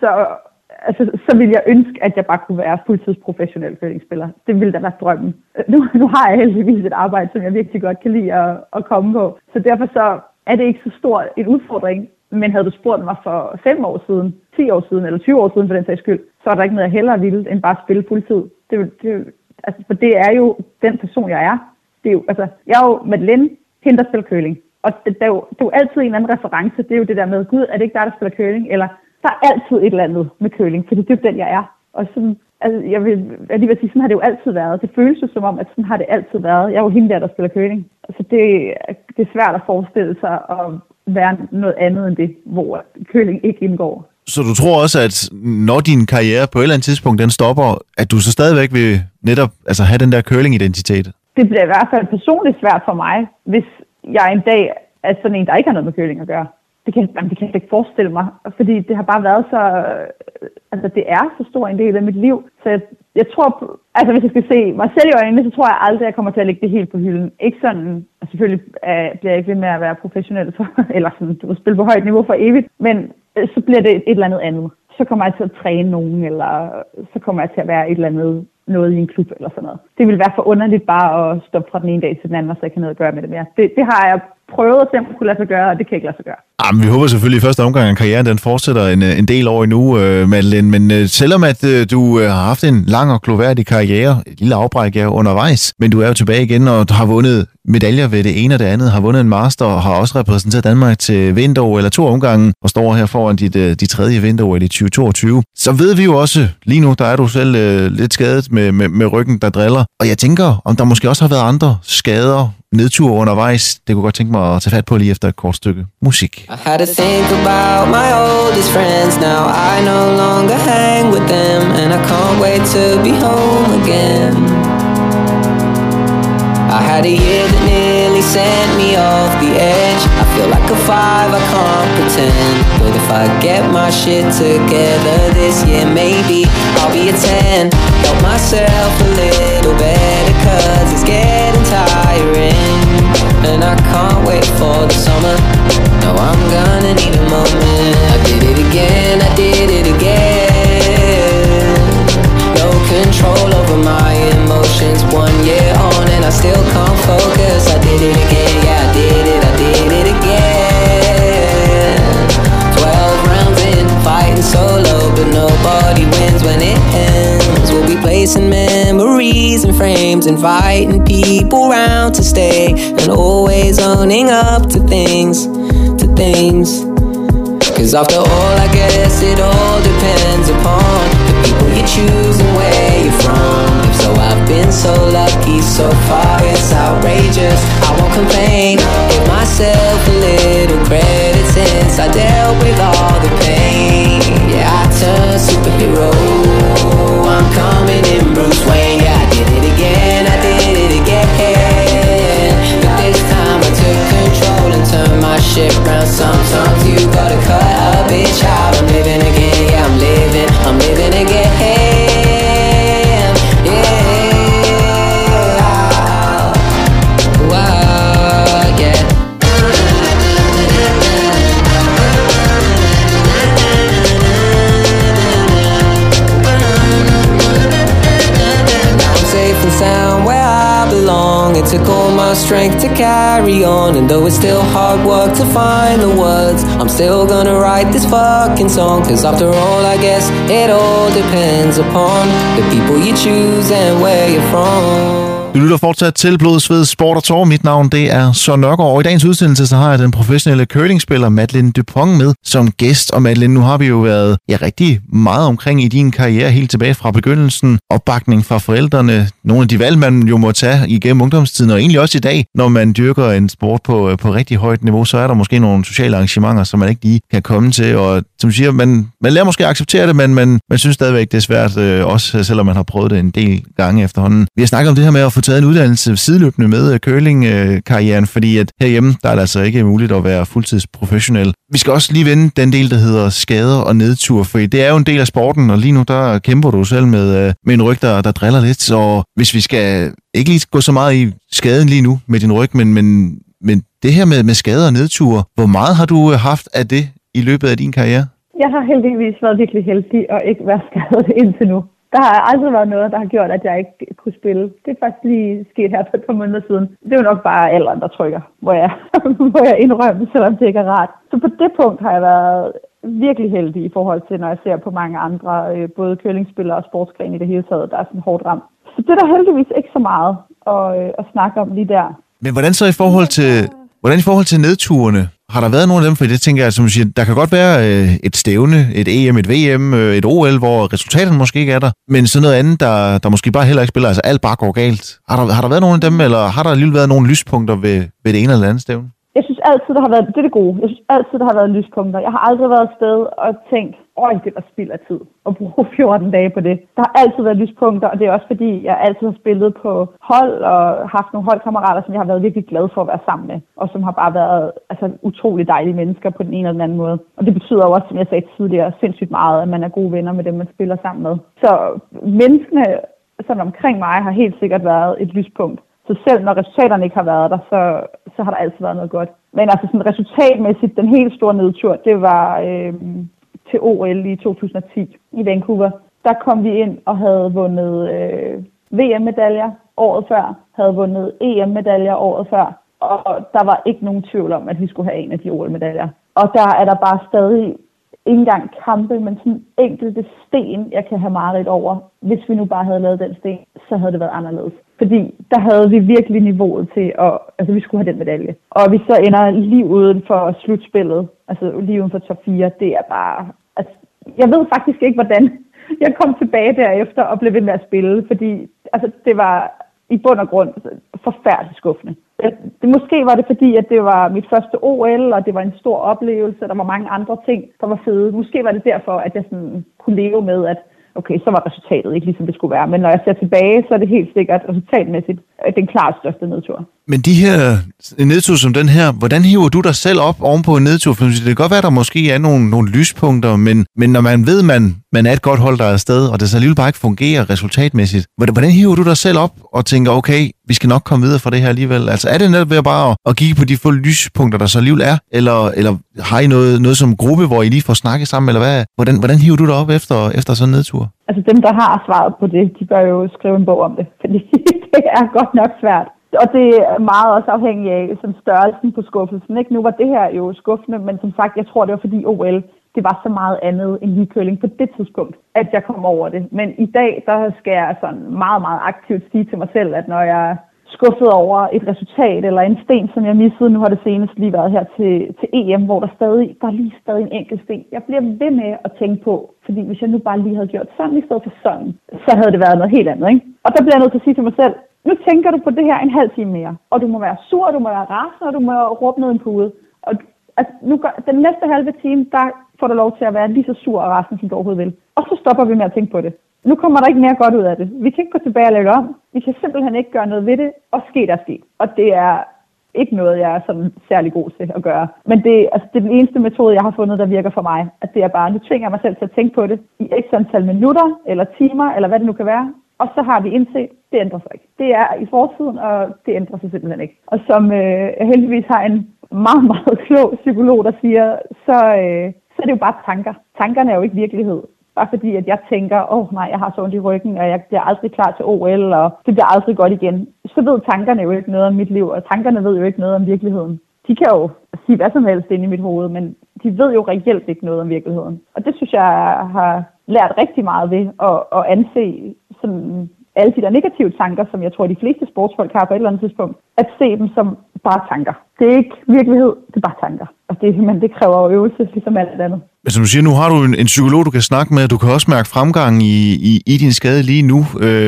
så ville jeg ønske, at jeg bare kunne være fuldtidsprofessionel curlingspiller. Det ville da være drømmen. Nu har jeg heldigvis et arbejde, som jeg virkelig godt kan lide at komme på. Så derfor så er det ikke så stor en udfordring. Men havde du spurgt mig for 5 år siden, 10 år siden eller 20 år siden for den sags skyld, så er der ikke noget, jeg hellere ville, end bare at spille fuldtid. For det er jo den person, jeg er. Jeg er jo Madeleine, hende, der spiller curling. Og det er jo altid en eller anden reference. Det er jo det der med, gud, er det ikke dig, der spiller curling? Eller der er altid et eller andet med curling, for det er jo den, jeg er. Og sådan, jeg vil lige sige, sådan har det jo altid været. Det føles jo som om, at sådan har det altid været. Jeg er jo hende der spiller curling. Altså det er svært at forestille sig at være noget andet end det, hvor curling ikke indgår. Så du tror også, at når din karriere på et eller andet tidspunkt den stopper, at du så stadigvæk vil netop have den der curling-identitet? Det bliver i hvert fald personligt svært for mig, hvis jeg en dag er sådan en, der ikke har noget med curling at gøre. Det kan jeg ikke forestille mig, fordi det har bare været så, det er så stor en del af mit liv. Så jeg tror, hvis jeg skal se mig selv i øjnene, så tror jeg aldrig, at jeg kommer til at lægge det helt på hylden. Ikke sådan, selvfølgelig bliver jeg ikke ved med at være professionel, eller sådan, du vil spille på højt niveau for evigt, men så bliver det et eller andet andet. Så kommer jeg til at træne nogen, eller så kommer jeg til at være et eller andet noget i en klub eller sådan noget. Det vil være for underligt bare at stoppe fra den ene dag til den anden, og så jeg kan noget at gøre med det mere. Det har jeg prøvet at simpelthen kunne lade sig gøre, og det kan jeg ikke lade sig gøre. Jamen, vi håber selvfølgelig i første omgang, at karrieren den fortsætter en del år endnu, Madeleine. Men selvom at du har haft en lang og gloværdig karriere, et lille afbræk undervejs, men du er jo tilbage igen og har vundet medaljer ved det ene og det andet, har vundet en master og har også repræsenteret Danmark til vinter-OL eller 2 omgange og står her foran dit tredje vinter-OL i 2022. Så ved vi jo også, lige nu der er du selv lidt skadet med ryggen, der driller. Og jeg tænker, om der måske også har været andre skader, nedtur undervejs. Det kunne godt tænke mig at tage fat på lige efter et kort stykke musik. I had to think about my oldest friends. Now I no longer hang with them, and I can't wait to be home again. I had a year that nearly sent me off the edge. I feel like a 5, I can't pretend. But if I get my shit together this year, maybe I'll be a 10. Help myself a little better, cause it's getting tiring. And I can't wait for the summer. No, I'm gonna need a moment. I did it again, I did it again. No control over my emotions. 1 year on and I still can't focus. I did it again, yeah, I did it again. 12 rounds in, chasing memories and frames, inviting people round to stay, and always owning up to things. Cause after all, I guess it all depends upon the people you choose and where you're from. If so, I've been so lucky so far, it's outrageous. I won't complain, give myself a little credit since I dealt with all the pain. Yeah, I turned superhero, I'm coming in Bruce Wayne. Yeah, I did it again, I did it again. But this time I took control and turned my ship round. Sometimes you gotta cut a bitch out. I'm living again, yeah, I'm living again. It took all my strength to carry on, and though it's still hard work to find the words, I'm still gonna write this fucking song. Cause after all, I guess it all depends upon the people you choose and where you're from. Du lytter fortsat til Blod, Sved, Sport og Tårer. Mit navn, det er Søren Nørgaard, og i dagens udsendelse, så har jeg den professionelle curlingspiller Madeleine Dupont med som gæst. Og Madeleine, nu har vi jo været rigtig meget omkring i din karriere, helt tilbage fra begyndelsen. Opbakning fra forældrene, nogle af de valg, man jo må tage igennem ungdomstiden, og egentlig også i dag, når man dyrker en sport på rigtig højt niveau, så er der måske nogle sociale arrangementer, som man ikke lige kan komme til. Og som siger, man lærer måske at acceptere det, men man synes stadigvæk, det er svært, også selvom man har prøvet det en del gange efterhånden. Vi har snakket om det her med at få taget en uddannelse sideløbende med curling-karrieren, fordi at herhjemme, der er det altså ikke muligt at være fuldtidsprofessionel. Vi skal også lige vende den del, der hedder skader og nedtur, for det er jo en del af sporten, og lige nu, der kæmper du selv med en ryg, der driller lidt, så hvis vi skal ikke lige gå så meget i skaden lige nu med din ryg, men det her med skader og nedtur, hvor meget har du haft af det i løbet af din karriere? Jeg har heldigvis været virkelig heldig og ikke været skadet indtil nu. Der har aldrig været noget, der har gjort, at jeg ikke kunne spille. Det er faktisk lige sket her for et par måneder siden. Det er jo nok bare alderen, der trykker, hvor jeg indrømmer, selvom det ikke er rart. Så på det punkt har jeg været virkelig heldig i forhold til, når jeg ser på mange andre, både curlingspillere og sportsgrene i det hele taget, der er sådan hårdt ramt. Så det er der heldigvis ikke så meget at snakke om lige der. Men hvordan så i forhold til nedturene? Har der været nogle af dem? For det tænker jeg, som du siger, der kan godt være et stævne, et EM, et VM, et OL, hvor resultaterne måske ikke er der, men sådan noget andet, der måske bare heller ikke spiller, altså alt bare går galt. Har der været nogle af dem, eller har der alligevel været nogle lyspunkter ved det ene eller andet stævne? Jeg synes altid, der har været, det er det gode, jeg synes altid, der har været lyspunkter. Jeg har aldrig været afsted og tænkt, det var spild af tid at bruge 14 dage på det. Der har altid været lyspunkter, og det er også fordi, jeg altid har spillet på hold og haft nogle holdkammerater, som jeg har været virkelig glad for at være sammen med, og som har bare været utrolig dejlige mennesker på den ene eller den anden måde. Og det betyder jo også, som jeg sagde tidligere, sindssygt meget, at man er gode venner med dem, man spiller sammen med. Så menneskene sådan omkring mig har helt sikkert været et lyspunkt. Så selv når resultaterne ikke har været der, så har der altid været noget godt. Men altså sådan resultatmæssigt, den helt store nedtur, det var til OL i 2010 i Vancouver. Der kom vi ind og havde vundet VM-medaljer året før, havde vundet EM-medaljer året før, og der var ikke nogen tvivl om, at vi skulle have en af de OL-medaljer. Og der er der bare stadig ikke engang kampe, men sådan enkelte sten, jeg kan have mareridt over. Hvis vi nu bare havde lavet den sten, så havde det været anderledes. Fordi der havde vi virkelig niveauet til, at vi skulle have den medalje. Og vi så ender lige uden for slutspillet, altså lige uden for top 4, det er bare... Altså, jeg ved faktisk ikke, hvordan jeg kom tilbage derefter og blev ved med at spille, fordi altså, det var i bund og grund forfærdeligt skuffende. Måske var det fordi, at det var mit første OL, og det var en stor oplevelse, der var mange andre ting, der var fede. Måske var det derfor, at jeg sådan kunne leve med, at okay, så var resultatet ikke ligesom det skulle være. Men når jeg ser tilbage, så er det helt sikkert resultatmæssigt den klart største nedtur. Men de her nedtur som den her, hvordan hiver du dig selv op ovenpå en nedtur? For det kan godt være, at der måske er nogle lyspunkter, men når man ved, man er et godt hold, der er afsted, og det så alligevel bare ikke fungerer resultatmæssigt, hvordan hiver du dig selv op og tænker, okay, vi skal nok komme videre fra det her alligevel? Altså er det netop ved bare at kigge på de få lyspunkter, der så alligevel er? Eller har I noget som gruppe, hvor I lige får snakket sammen? Eller hvad? Hvordan hiver du dig op efter sådan en nedtur? Altså dem, der har svaret på det, de bør jo skrive en bog om det, fordi det er godt nok svært. Og det er meget også afhængigt af som størrelsen på skuffelsen. Ikke? Nu var det her jo skuffende, men som sagt, jeg tror, det var fordi OL, det var så meget andet end lige curling på det tidspunkt, at jeg kom over det. Men i dag, der skal jeg sådan meget, meget aktivt sige til mig selv, at når jeg skuffet over et resultat eller en sten, som jeg missede. Nu har det senest lige været her til EM, hvor der er lige stadig en enkelt sten. Jeg bliver ved med at tænke på, fordi hvis jeg nu bare lige havde gjort sådan i stedet for sådan, så havde det været noget helt andet, ikke? Og der bliver jeg nødt til at sige til mig selv, nu tænker du på det her en halv time mere, og du må være sur, du må være rasende, og du må råbe ned en pude. Og altså, den næste halve time, der får du lov til at være lige så sur og rasende, som du overhovedet vil. Og så stopper vi med at tænke på det. Nu kommer der ikke mere godt ud af det. Vi kan ikke gå tilbage og lave det om. Vi kan simpelthen ikke gøre noget ved det, og ske der ske. Og det er ikke noget, jeg er sådan særlig god til at gøre. Men det er den eneste metode, jeg har fundet, der virker for mig. At det er bare, nu tvinger jeg mig selv til at tænke på det i x antal minutter, eller timer, eller hvad det nu kan være. Og så har vi indset, det ændrer sig ikke. Det er i fortiden, og det ændrer sig simpelthen ikke. Og som jeg heldigvis har en meget, meget klog psykolog, der siger, så er det jo bare tanker. Tankerne er jo ikke virkelighed. Bare fordi, at jeg tænker, nej, jeg har så ondt i ryggen, og jeg bliver aldrig klar til OL, og det bliver aldrig godt igen. Så ved tankerne jo ikke noget om mit liv, og tankerne ved jo ikke noget om virkeligheden. De kan jo sige hvad som helst inde i mit hoved, men de ved jo reelt ikke noget om virkeligheden. Og det synes jeg har lært rigtig meget ved at anse sådan alle de der negative tanker, som jeg tror, de fleste sportsfolk har på et eller andet tidspunkt, at se dem som bare tanker. Det er ikke virkelighed, det er bare tanker. Og det kræver jo øvelse, ligesom alt andet. Men som du siger, nu har du en psykolog, du kan snakke med, du kan også mærke fremgang i din skade lige nu.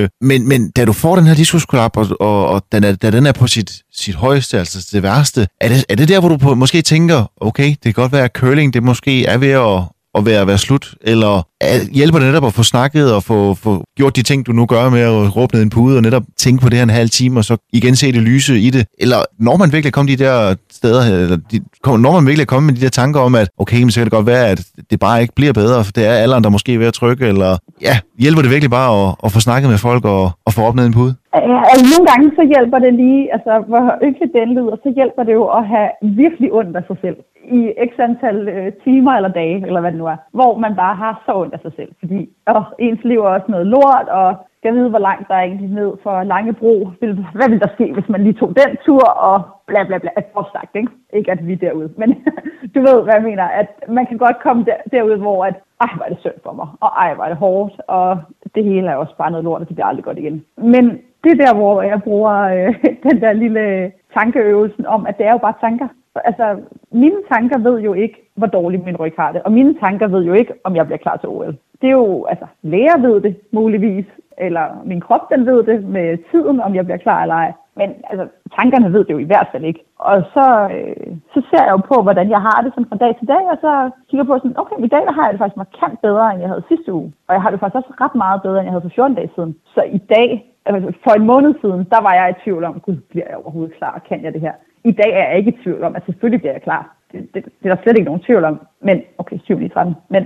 Men da du får den her diskusprolaps, og da den er på sit højeste, altså det værste, er det der, hvor du måske tænker, okay, det kan godt være, at curling det måske er ved at være slut, eller hjælper det netop at få snakket og få gjort de ting, du nu gør med at råbe ned en pude og netop tænke på det her en halv time, og så igen se det lyse i det? Eller når man virkelig kommer de der steder, når man virkelig kommer med de der tanker om, at okay, men så kan det godt være, at det bare ikke bliver bedre, for det er alderen, der måske er ved at trykke, eller hjælper det virkelig bare at få snakket med folk og få råbt ned en pude? Altså, nogle gange så hjælper det lige, altså hvor ynkeligt den lyder, så hjælper det jo at have virkelig ondt af sig selv i x antal timer eller dage, eller hvad det nu er, hvor man bare har så ondt af sig selv, fordi ens liv er også noget lort, og jeg ved, hvor langt der er egentlig ned for Langebro. Hvad ville der ske, hvis man lige tog den tur, og bla bla bla, sagt, ikke? Ikke at vi er derude, men du ved, hvad jeg mener, at man kan godt komme derud, hvor at, hvor er det synd for mig, og hvor er det hårdt, og det hele er også bare noget lort, og det bliver aldrig godt igen. Men det er der, hvor jeg bruger den der lille tankeøvelsen om, at det er jo bare tanker. Altså, mine tanker ved jo ikke, hvor dårligt min ryg har det, og mine tanker ved jo ikke, om jeg bliver klar til OL. Det er jo, altså, læger ved det muligvis, eller min krop, den ved det med tiden, om jeg bliver klar eller ej. Men altså, tankerne ved det jo i hvert fald ikke. Og så ser jeg jo på, hvordan jeg har det sådan fra dag til dag, og så kigger på sådan, okay, i dag der har jeg det faktisk markant bedre, end jeg havde sidste uge. Og jeg har det faktisk også ret meget bedre, end jeg havde for 14 dage siden. Så i dag, altså for en måned siden, der var jeg i tvivl om, gud, bliver jeg overhovedet klar? Kan jeg det her? I dag er jeg ikke i tvivl om, at selvfølgelig bliver jeg klar. Det er der slet ikke nogen tvivl om. Men, okay, 7-13. Men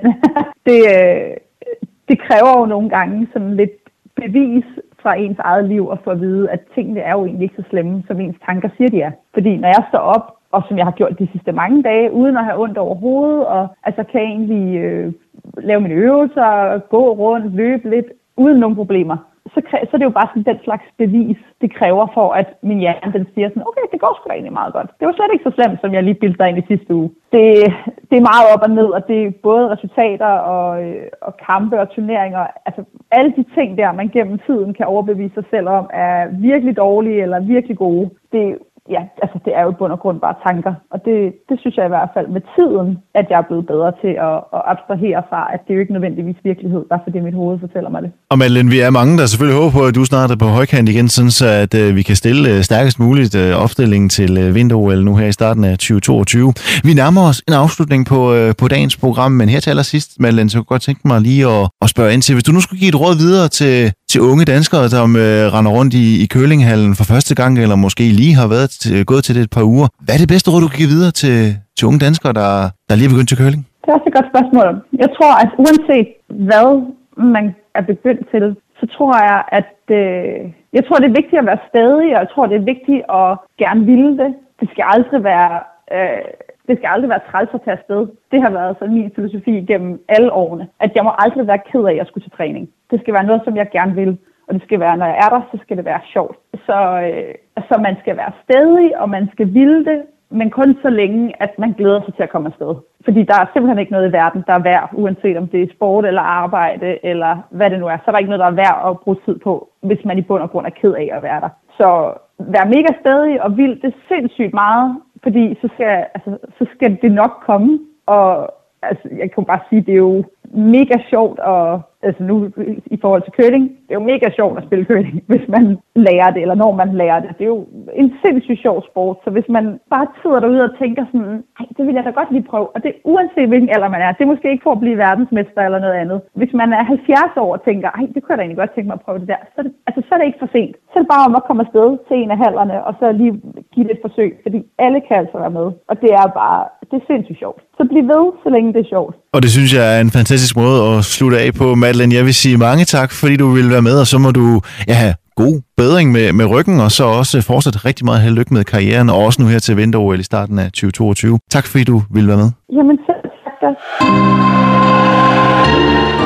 det kræver jo nogle gange sådan lidt bevis fra ens eget liv at få at vide, at tingene er jo egentlig ikke så slemme, som ens tanker siger, de er. Fordi når jeg står op, og som jeg har gjort de sidste mange dage, uden at have ondt over hovedet, og altså kan jeg egentlig lave mine øvelser, gå rundt, løbe lidt, uden nogen problemer, så er det jo bare sådan den slags bevis, det kræver for, at min hjerne den siger sådan, okay, det går sgu da egentlig meget godt. Det var slet ikke så slemt, som jeg lige bildte ind i sidste uge. Det er meget op og ned, og det er både resultater og kampe og turneringer. Altså alle de ting der, man gennem tiden kan overbevise sig selv om, er virkelig dårlige eller virkelig gode. Det er jo i bund og grund bare tanker. Og det synes jeg i hvert fald med tiden, at jeg er blevet bedre til at abstrahere fra, at det er jo ikke nødvendigvis virkelighed, bare fordi mit hoved fortæller mig det. Og Madeleine, vi er mange, der selvfølgelig håber på, at du snart er på højkant igen, sådan så at vi kan stille stærkest muligt opstillingen til vinter-OL nu her i starten af 2022. Vi nærmer os en afslutning på dagens program, men her til allersidst, Madeleine, så kunne jeg godt tænke mig lige at spørge ind til, hvis du nu skulle give et råd videre til unge danskere, der render rundt i curlinghallen for første gang, eller måske lige har gået til det et par uger. Hvad er det bedste råd, du kan give videre til unge danskere, der lige er begyndt til curling? Det er også et godt spørgsmål. Jeg tror, at uanset hvad man er begyndt til, så tror jeg, at det er vigtigt at være stædig, og jeg tror, det er vigtigt at gerne ville det. Det skal aldrig være træls at tage afsted. Det har været sådan min filosofi gennem alle årene, at jeg må aldrig være ked af, at jeg skulle til træning. Det skal være noget, som jeg gerne vil. Og det skal være, når jeg er der, så skal det være sjovt. Så man skal være stædig, og man skal ville det. men kun så længe, at man glæder sig til at komme afsted. Fordi der er simpelthen ikke noget i verden, der er værd, uanset om det er sport eller arbejde, eller hvad det nu er. Så er der ikke noget, der er værd at bruge tid på, hvis man i bund og grund er ked af at være der. Så vær mega stædig og vild, det er sindssygt meget, fordi så skal det nok komme. Og altså, jeg kan bare sige, det er jo mega sjovt, og altså nu i forhold til curling, det er jo mega sjovt at spille curling, hvis man lærer det, eller når man lærer det. Det er jo en sindssygt sjov sport, så hvis man bare sidder derude og tænker sådan, det vil jeg da godt lige prøve, og det er uanset hvilken alder man er, det er måske ikke for at blive verdensmester eller noget andet. Hvis man er 70 år og tænker, det kunne jeg da egentlig godt tænke mig at prøve det der, så er det ikke for sent. Så er det bare om at komme afsted til en af hallerne, og så lige give det et forsøg, fordi alle kan altså være med, og det er sindssygt sjovt. Så bliv ved, så længe det er sjovt. Og det synes jeg er en fantastisk måde at slutte af på, Madeleine. Jeg vil sige mange tak, fordi du ville være med, og så må du have god bedring med ryggen, og så også fortsat rigtig meget held lykke med karrieren, og også nu her til vinter-OL i starten af 2022. Tak fordi du ville være med. Jamen selv tak.